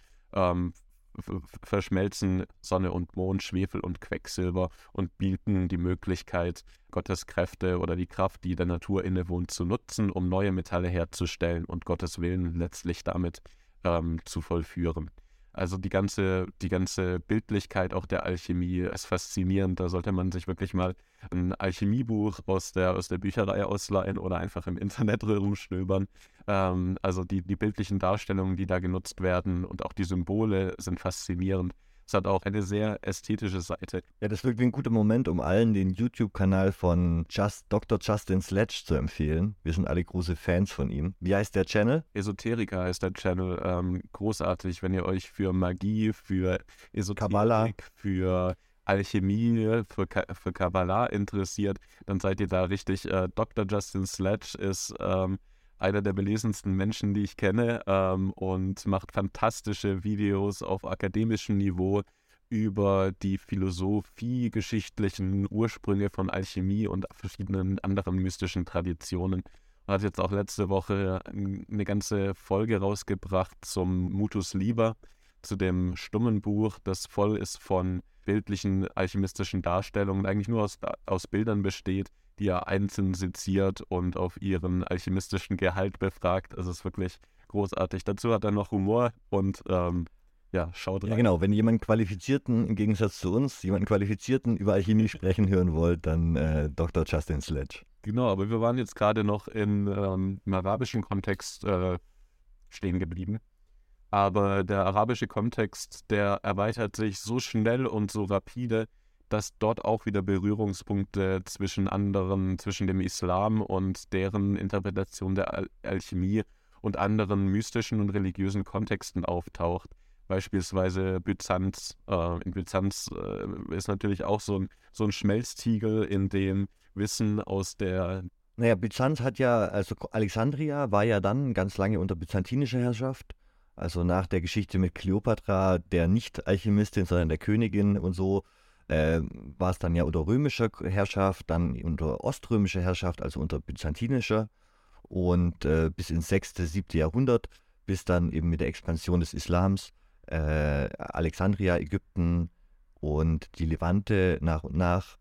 A: verschmelzen Sonne und Mond, Schwefel und Quecksilber und bieten die Möglichkeit, Gottes Kräfte oder die Kraft, die der Natur innewohnt, zu nutzen, um neue Metalle herzustellen und Gottes Willen letztlich damit zu vollführen. Also die ganze Bildlichkeit auch der Alchemie ist faszinierend. Da sollte man sich wirklich mal ein Alchemiebuch aus der Bücherei ausleihen oder einfach im Internet rumstöbern. Also die bildlichen Darstellungen, die da genutzt werden und auch die Symbole sind faszinierend. Es hat auch eine sehr ästhetische Seite.
C: Ja, das ist wirklich ein guter Moment, um allen den YouTube-Kanal von Dr. Justin Sledge zu empfehlen. Wir sind alle große Fans von ihm. Wie heißt der Channel?
A: Esoterica heißt der Channel. Großartig, wenn ihr euch für Magie, für Esoterik,
C: Kabbalah,
A: für Alchemie, für Kabbalah interessiert, dann seid ihr da richtig. Dr. Justin Sledge ist einer der belesensten Menschen, die ich kenne, und macht fantastische Videos auf akademischem Niveau über die philosophie-geschichtlichen Ursprünge von Alchemie und verschiedenen anderen mystischen Traditionen. Er hat jetzt auch letzte Woche eine ganze Folge rausgebracht zum Mutus Liber, zu dem stummen Buch, das voll ist von bildlichen alchemistischen Darstellungen, eigentlich nur aus Bildern besteht, die er einzeln seziert und auf ihren alchemistischen Gehalt befragt. Es ist wirklich großartig. Dazu hat er noch Humor und schaut rein.
C: Ja, genau. Wenn jemanden Qualifizierten, im Gegensatz zu uns, jemanden Qualifizierten über Alchemie sprechen hören wollt, dann Dr. Justin Sledge.
A: Genau, aber wir waren jetzt gerade noch im arabischen Kontext stehen geblieben. Aber der arabische Kontext, der erweitert sich so schnell und so rapide, dass dort auch wieder Berührungspunkte zwischen dem Islam und deren Interpretation der Alchemie und anderen mystischen und religiösen Kontexten auftaucht. Beispielsweise Byzanz. In Byzanz ist natürlich auch so ein Schmelztiegel, in dem Wissen aus der...
C: Naja, Byzanz also Alexandria war ja dann ganz lange unter byzantinischer Herrschaft. Also nach der Geschichte mit Kleopatra, der nicht Alchemistin, sondern der Königin und so, war es dann ja unter römischer Herrschaft, dann unter oströmischer Herrschaft, also unter byzantinischer und bis ins 6., 7. Jahrhundert, bis dann eben mit der Expansion des Islams Alexandria, Ägypten und die Levante nach und nach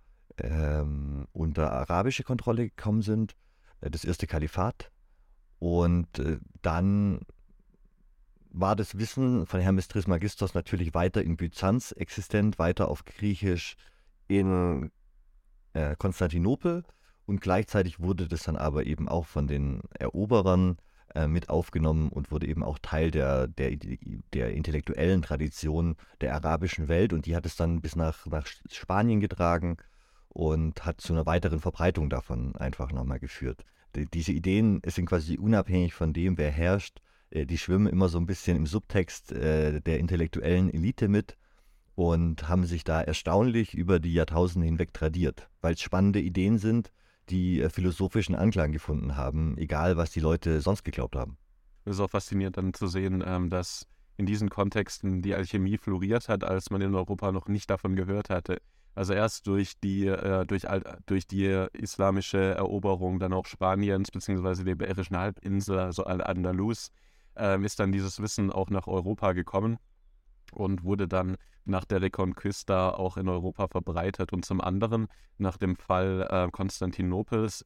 C: unter arabische Kontrolle gekommen sind, das erste Kalifat. Und dann war das Wissen von Hermes Trismegistos natürlich weiter in Byzanz existent, weiter auf Griechisch in Konstantinopel und gleichzeitig wurde das dann aber eben auch von den Eroberern mit aufgenommen und wurde eben auch Teil der intellektuellen Tradition der arabischen Welt und die hat es dann bis nach Spanien getragen und hat zu einer weiteren Verbreitung davon einfach nochmal geführt. Diese Ideen sind quasi unabhängig von dem, wer herrscht. Die schwimmen immer so ein bisschen im Subtext der intellektuellen Elite mit und haben sich da erstaunlich über die Jahrtausende hinweg tradiert, weil es spannende Ideen sind, die philosophischen Anklang gefunden haben, egal was die Leute sonst geglaubt haben.
A: Es ist auch faszinierend dann zu sehen, dass in diesen Kontexten die Alchemie floriert hat, als man in Europa noch nicht davon gehört hatte. Also erst durch die islamische Eroberung dann auch Spaniens bzw. der Iberischen Halbinsel, also Al-Andalus, ist dann dieses Wissen auch nach Europa gekommen und wurde dann nach der Reconquista auch in Europa verbreitet. Und zum anderen, nach dem Fall Konstantinopels,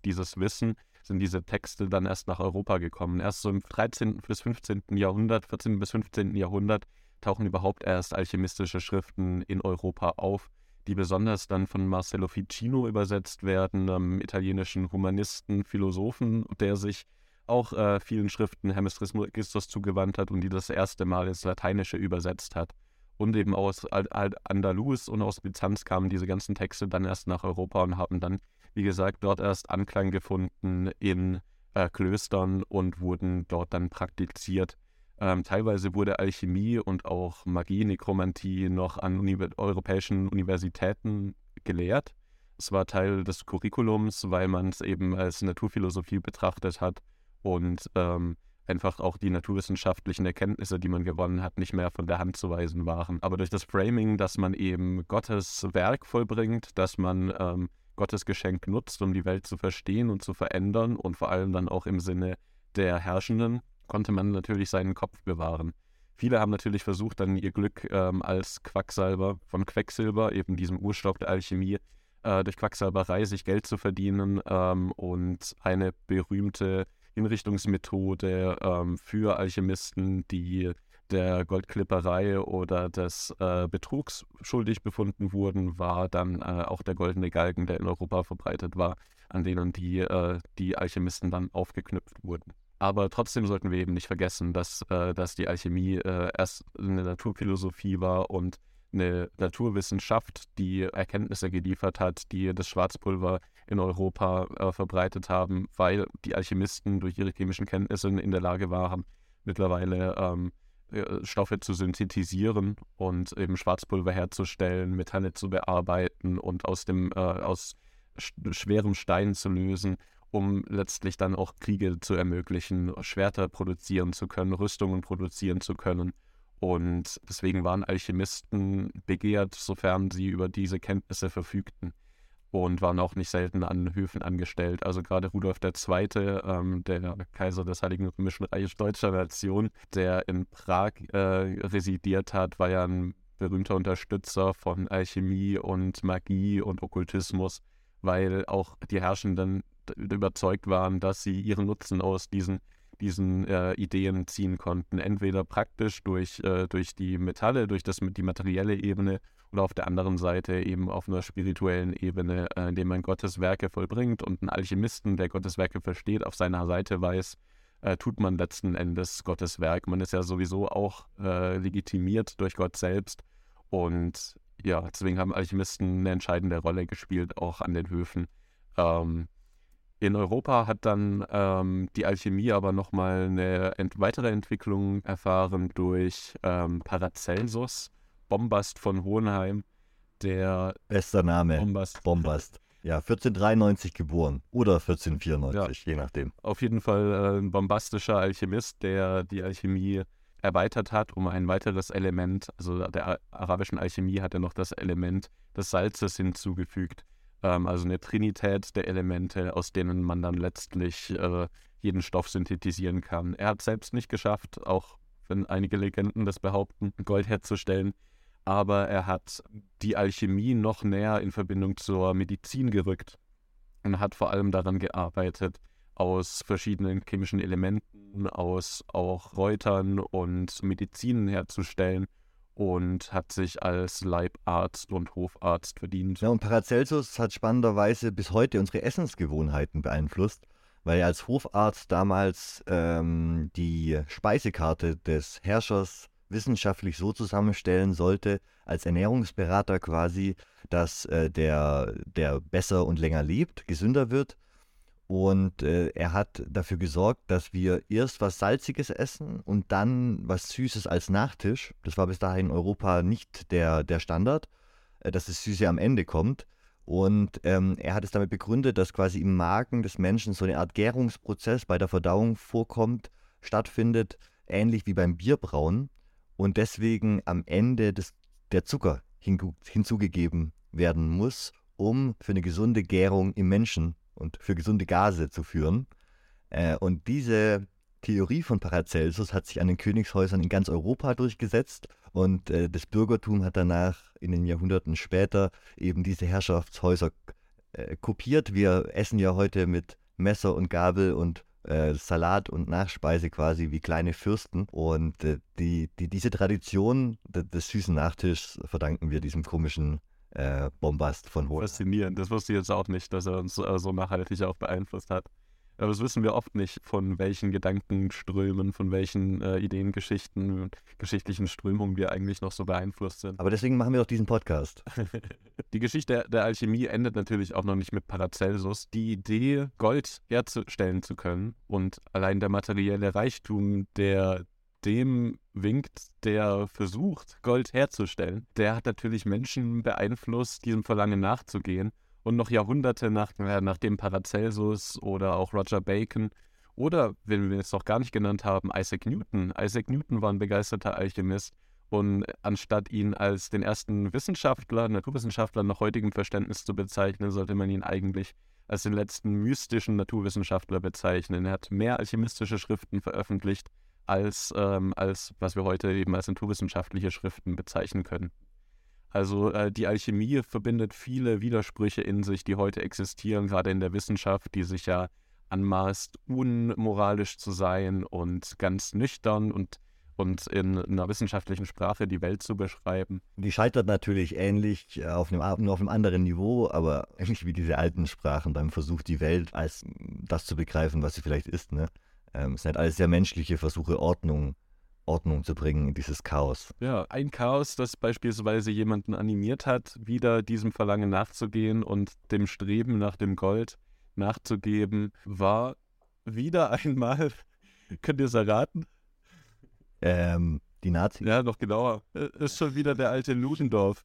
A: sind diese Texte dann erst nach Europa gekommen. Erst so im 13. bis 15. Jahrhundert, 14. bis 15. Jahrhundert tauchen überhaupt erst alchemistische Schriften in Europa auf, die besonders dann von Marcello Ficino übersetzt werden, einem italienischen Humanisten, Philosophen, der sich auch vielen Schriften Hermes Trismegistus zugewandt hat und die das erste Mal ins Lateinische übersetzt hat. Und eben aus Al-Andalus und aus Byzanz kamen diese ganzen Texte dann erst nach Europa und haben dann, wie gesagt, dort erst Anklang gefunden in Klöstern und wurden dort dann praktiziert. Teilweise wurde Alchemie und auch Magie, Nekromantie noch an europäischen Universitäten gelehrt. Es war Teil des Curriculums, weil man es eben als Naturphilosophie betrachtet hat und einfach auch die naturwissenschaftlichen Erkenntnisse, die man gewonnen hat, nicht mehr von der Hand zu weisen waren. Aber durch das Framing, dass man eben Gottes Werk vollbringt, dass man Gottes Geschenk nutzt, um die Welt zu verstehen und zu verändern und vor allem dann auch im Sinne der Herrschenden, konnte man natürlich seinen Kopf bewahren. Viele haben natürlich versucht, dann ihr Glück als Quacksalber von Quecksilber, eben diesem Urstoff der Alchemie, durch Quacksalberei sich Geld zu verdienen und eine berühmte Hinrichtungsmethode für Alchemisten, die der Goldklipperei oder des Betrugs schuldig befunden wurden, war dann auch der goldene Galgen, der in Europa verbreitet war, an denen die Alchemisten dann aufgeknüpft wurden. Aber trotzdem sollten wir eben nicht vergessen, dass die Alchemie erst eine Naturphilosophie war und eine Naturwissenschaft, die Erkenntnisse geliefert hat, die das Schwarzpulver in Europa verbreitet haben, weil die Alchemisten durch ihre chemischen Kenntnisse in der Lage waren, mittlerweile Stoffe zu synthetisieren und eben Schwarzpulver herzustellen, Metalle zu bearbeiten und aus schwerem Stein zu lösen, um letztlich dann auch Kriege zu ermöglichen, Schwerter produzieren zu können, Rüstungen produzieren zu können. Und deswegen waren Alchemisten begehrt, sofern sie über diese Kenntnisse verfügten, und waren auch nicht selten an Höfen angestellt. Also gerade Rudolf II., der Kaiser des Heiligen Römischen Reiches deutscher Nation, der in Prag residiert hat, war ja ein berühmter Unterstützer von Alchemie und Magie und Okkultismus, weil auch die Herrschenden überzeugt waren, dass sie ihren Nutzen aus diesen Ideen ziehen konnten. Entweder praktisch durch die Metalle, durch die materielle Ebene, oder auf der anderen Seite eben auf einer spirituellen Ebene, indem man Gottes Werke vollbringt und einen Alchemisten, der Gottes Werke versteht, auf seiner Seite weiß, tut man letzten Endes Gottes Werk. Man ist ja sowieso auch legitimiert durch Gott selbst, und ja, deswegen haben Alchemisten eine entscheidende Rolle gespielt, auch an den Höfen. In Europa hat dann die Alchemie aber nochmal eine weitere Entwicklung erfahren durch Paracelsus, Bombast von Hohenheim, der
C: Bester Name, Bombast. Ja, 1493 geboren oder 1494, je nachdem.
A: Auf jeden Fall ein bombastischer Alchemist, der die Alchemie erweitert hat um ein weiteres Element. Also der arabischen Alchemie hat er noch das Element des Salzes hinzugefügt. Also eine Trinität der Elemente, aus denen man dann letztlich jeden Stoff synthetisieren kann. Er hat es selbst nicht geschafft, auch wenn einige Legenden das behaupten, Gold herzustellen. Aber er hat die Alchemie noch näher in Verbindung zur Medizin gerückt und hat vor allem daran gearbeitet, aus verschiedenen chemischen Elementen, aus auch Kräutern und Medizinen herzustellen, und hat sich als Leibarzt und Hofarzt verdient.
C: Ja, und Paracelsus hat spannenderweise bis heute unsere Essensgewohnheiten beeinflusst, weil er als Hofarzt damals die Speisekarte des Herrschers wissenschaftlich so zusammenstellen sollte, als Ernährungsberater quasi, dass der besser und länger lebt, gesünder wird. Und er hat dafür gesorgt, dass wir erst was Salziges essen und dann was Süßes als Nachtisch. Das war bis dahin in Europa nicht der Standard, dass das Süße am Ende kommt. Und er hat es damit begründet, dass quasi im Magen des Menschen so eine Art Gärungsprozess bei der Verdauung stattfindet, ähnlich wie beim Bierbrauen. Und deswegen am Ende der Zucker hinzugegeben werden muss, um für eine gesunde Gärung im Menschen und für gesunde Gase zu führen. Und diese Theorie von Paracelsus hat sich an den Königshäusern in ganz Europa durchgesetzt und das Bürgertum hat danach in den Jahrhunderten später eben diese Herrschaftshäuser kopiert. Wir essen ja heute mit Messer und Gabel und Salat und Nachspeise quasi wie kleine Fürsten. Und diese Tradition des süßen Nachtischs verdanken wir diesem komischen Bombast von Hohl.
A: Faszinierend. Das wusste ich jetzt auch nicht, dass er uns so nachhaltig auch beeinflusst hat. Aber das wissen wir oft nicht, von welchen Gedankenströmen, von welchen Ideengeschichten, geschichtlichen Strömungen wir eigentlich noch so beeinflusst sind.
C: Aber deswegen machen wir doch diesen Podcast.
A: Die Geschichte der Alchemie endet natürlich auch noch nicht mit Paracelsus. Die Idee, Gold herzustellen zu können und allein der materielle Reichtum, der dem winkt, der versucht, Gold herzustellen, der hat natürlich Menschen beeinflusst, diesem Verlangen nachzugehen. Und noch Jahrhunderte nachdem Paracelsus oder auch Roger Bacon oder, wenn wir es noch gar nicht genannt haben, Isaac Newton. Isaac Newton war ein begeisterter Alchemist und anstatt ihn als den ersten Naturwissenschaftler nach heutigem Verständnis zu bezeichnen, sollte man ihn eigentlich als den letzten mystischen Naturwissenschaftler bezeichnen. Er hat mehr alchemistische Schriften veröffentlicht, als was wir heute eben als naturwissenschaftliche Schriften bezeichnen können. Also die Alchemie verbindet viele Widersprüche in sich, die heute existieren, gerade in der Wissenschaft, die sich ja anmaßt, unmoralisch zu sein und ganz nüchtern und in einer wissenschaftlichen Sprache die Welt zu beschreiben.
C: Die scheitert natürlich ähnlich nur auf einem anderen Niveau, aber ähnlich wie diese alten Sprachen beim Versuch, die Welt als das zu begreifen, was sie vielleicht ist. Ne? Es sind alles sehr menschliche Versuche, Ordnung zu bringen in dieses Chaos.
A: Ja, ein Chaos, das beispielsweise jemanden animiert hat, wieder diesem Verlangen nachzugehen und dem Streben nach dem Gold nachzugeben, war wieder einmal, könnt ihr es erraten?
C: Die Nazis?
A: Ja, noch genauer. Ist schon wieder der alte Ludendorff.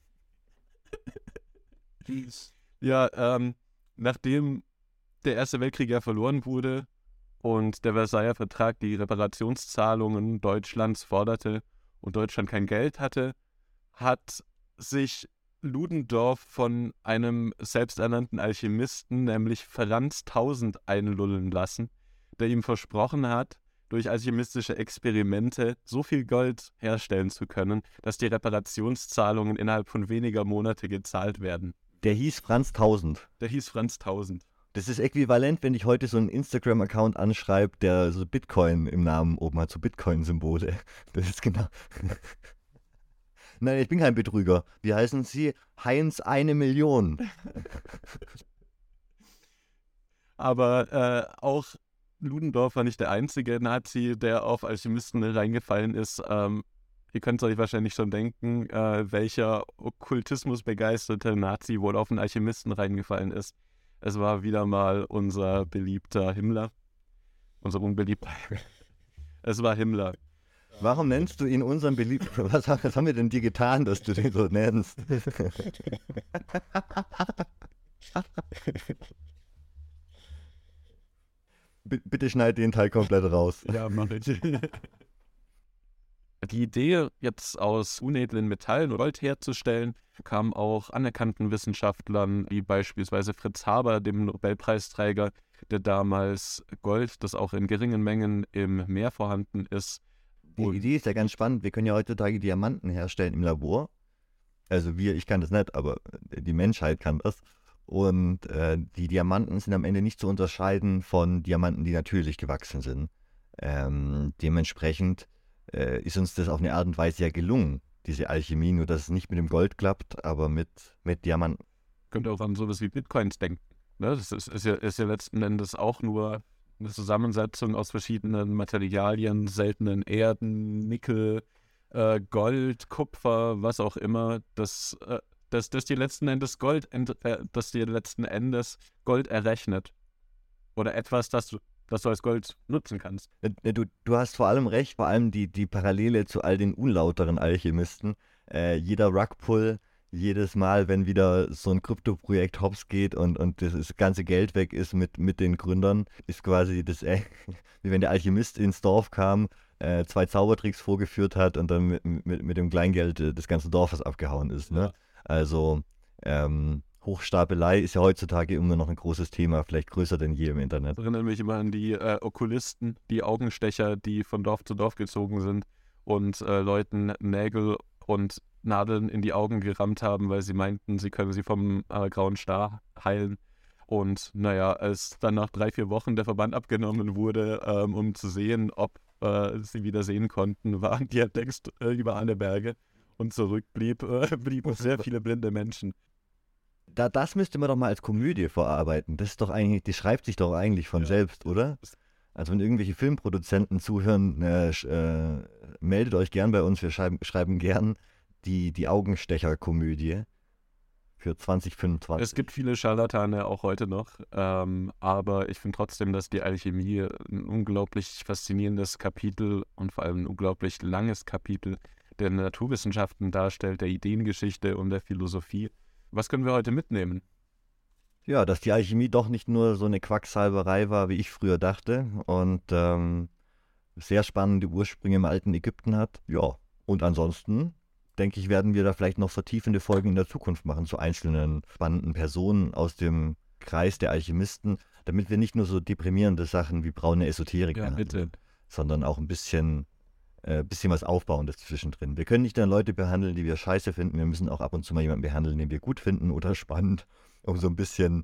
A: Ja, nachdem der Erste Weltkrieg ja verloren wurde, und der Versailler Vertrag die Reparationszahlungen Deutschlands forderte und Deutschland kein Geld hatte, hat sich Ludendorff von einem selbsternannten Alchemisten, nämlich Franz Tausend, einlullen lassen, der ihm versprochen hat, durch alchemistische Experimente so viel Gold herstellen zu können, dass die Reparationszahlungen innerhalb von weniger Monate gezahlt werden.
C: Der hieß Franz Tausend.
A: Der hieß Franz Tausend.
C: Das ist äquivalent, wenn ich heute so einen Instagram-Account anschreibe, der so Bitcoin im Namen oben hat, so Bitcoin-Symbole. Das ist genau. Nein, ich bin kein Betrüger. Wie heißen Sie? Heinz 1 Million.
A: Aber auch Ludendorff war nicht der einzige Nazi, der auf Alchemisten reingefallen ist. Ihr könnt euch wahrscheinlich schon denken, welcher okkultismusbegeisterte Nazi wohl auf einen Alchemisten reingefallen ist. Es war wieder mal unser beliebter Himmler. Unser unbeliebter. Es war Himmler.
C: Warum nennst du ihn unseren beliebten? Was haben wir denn dir getan, dass du den so nennst? Bitte schneid den Teil komplett raus.
A: Ja, mach ich. Die Idee, jetzt aus unedlen Metallen Gold herzustellen, kam auch anerkannten Wissenschaftlern, wie beispielsweise Fritz Haber, dem Nobelpreisträger, der damals Gold, das auch in geringen Mengen im Meer vorhanden ist.
C: Die Idee ist ja ganz spannend. Wir können ja heutzutage Diamanten herstellen im Labor. Also ich kann das nicht, aber die Menschheit kann das. Und die Diamanten sind am Ende nicht zu unterscheiden von Diamanten, die natürlich gewachsen sind. Dementsprechend ist uns das auf eine Art und Weise ja gelungen, diese Alchemie, nur dass es nicht mit dem Gold klappt, aber mit Diamanten.
A: Könnt ihr auch an sowas wie Bitcoins denken. Ne? Das ist ja letzten Endes auch nur eine Zusammensetzung aus verschiedenen Materialien, seltenen Erden, Nickel, Gold, Kupfer, was auch immer, dass dir letzten Endes Gold errechnet. Oder etwas, das du als Gold nutzen kannst.
C: Du hast vor allem recht, vor allem die Parallele zu all den unlauteren Alchemisten. Jeder Rugpull, jedes Mal, wenn wieder so ein Kryptoprojekt hops geht und das ganze Geld weg ist mit den Gründern, ist quasi das, wie wenn der Alchemist ins Dorf kam, 2 Zaubertricks vorgeführt hat und dann mit dem Kleingeld des ganzen Dorfes abgehauen ist. Ne?
A: Ja.
C: Also Hochstapelei ist ja heutzutage immer noch ein großes Thema, vielleicht größer denn je im Internet.
A: Das erinnert mich immer an die Okulisten, die Augenstecher, die von Dorf zu Dorf gezogen sind und Leuten Nägel und Nadeln in die Augen gerammt haben, weil sie meinten, sie können sie vom grauen Star heilen. Und naja, als dann nach 3-4 Wochen der Verband abgenommen wurde, um zu sehen, ob sie wieder sehen konnten, waren die halt längst über alle Berge und zurück blieben sehr viele blinde Menschen.
C: Das müsste man doch mal als Komödie verarbeiten. Das ist doch eigentlich, die schreibt sich doch eigentlich von selbst, oder? Also wenn irgendwelche Filmproduzenten zuhören, meldet euch gern bei uns. Wir schreiben gern die Augenstecher-Komödie für 2025.
A: Es gibt viele Scharlatane auch heute noch, aber ich finde trotzdem, dass die Alchemie ein unglaublich faszinierendes Kapitel und vor allem ein unglaublich langes Kapitel der Naturwissenschaften darstellt, der Ideengeschichte und der Philosophie. Was können wir heute mitnehmen?
C: Ja, dass die Alchemie doch nicht nur so eine Quacksalberei war, wie ich früher dachte und sehr spannende Ursprünge im alten Ägypten hat. Ja, und ansonsten denke ich, werden wir da vielleicht noch vertiefende Folgen in der Zukunft machen zu einzelnen spannenden Personen aus dem Kreis der Alchemisten, damit wir nicht nur so deprimierende Sachen wie braune Esoterik behandeln, sondern auch ein bisschen was Aufbauendes zwischendrin. Wir können nicht dann Leute behandeln, die wir scheiße finden. Wir müssen auch ab und zu mal jemanden behandeln, den wir gut finden oder spannend, um so ein bisschen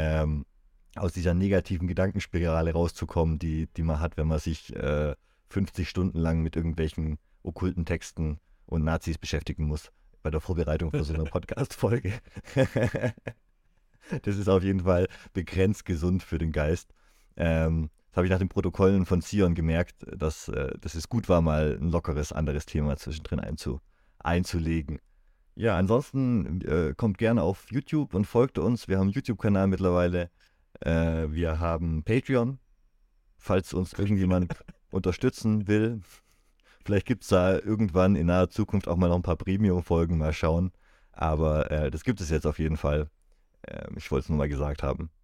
C: aus dieser negativen Gedankenspirale rauszukommen, die man hat, wenn man sich 50 Stunden lang mit irgendwelchen okkulten Texten und Nazis beschäftigen muss bei der Vorbereitung für so eine Podcast-Folge. Das ist auf jeden Fall begrenzt gesund für den Geist. Das habe ich nach den Protokollen von Zion gemerkt, dass es gut war, mal ein lockeres, anderes Thema zwischendrin einzulegen. Ja, ansonsten kommt gerne auf YouTube und folgt uns. Wir haben einen YouTube-Kanal mittlerweile. Wir haben Patreon, falls uns irgendjemand unterstützen will. Vielleicht gibt es da irgendwann in naher Zukunft auch mal noch ein paar Premium-Folgen, mal schauen. Aber das gibt es jetzt auf jeden Fall. Ich wollte es nur mal gesagt haben.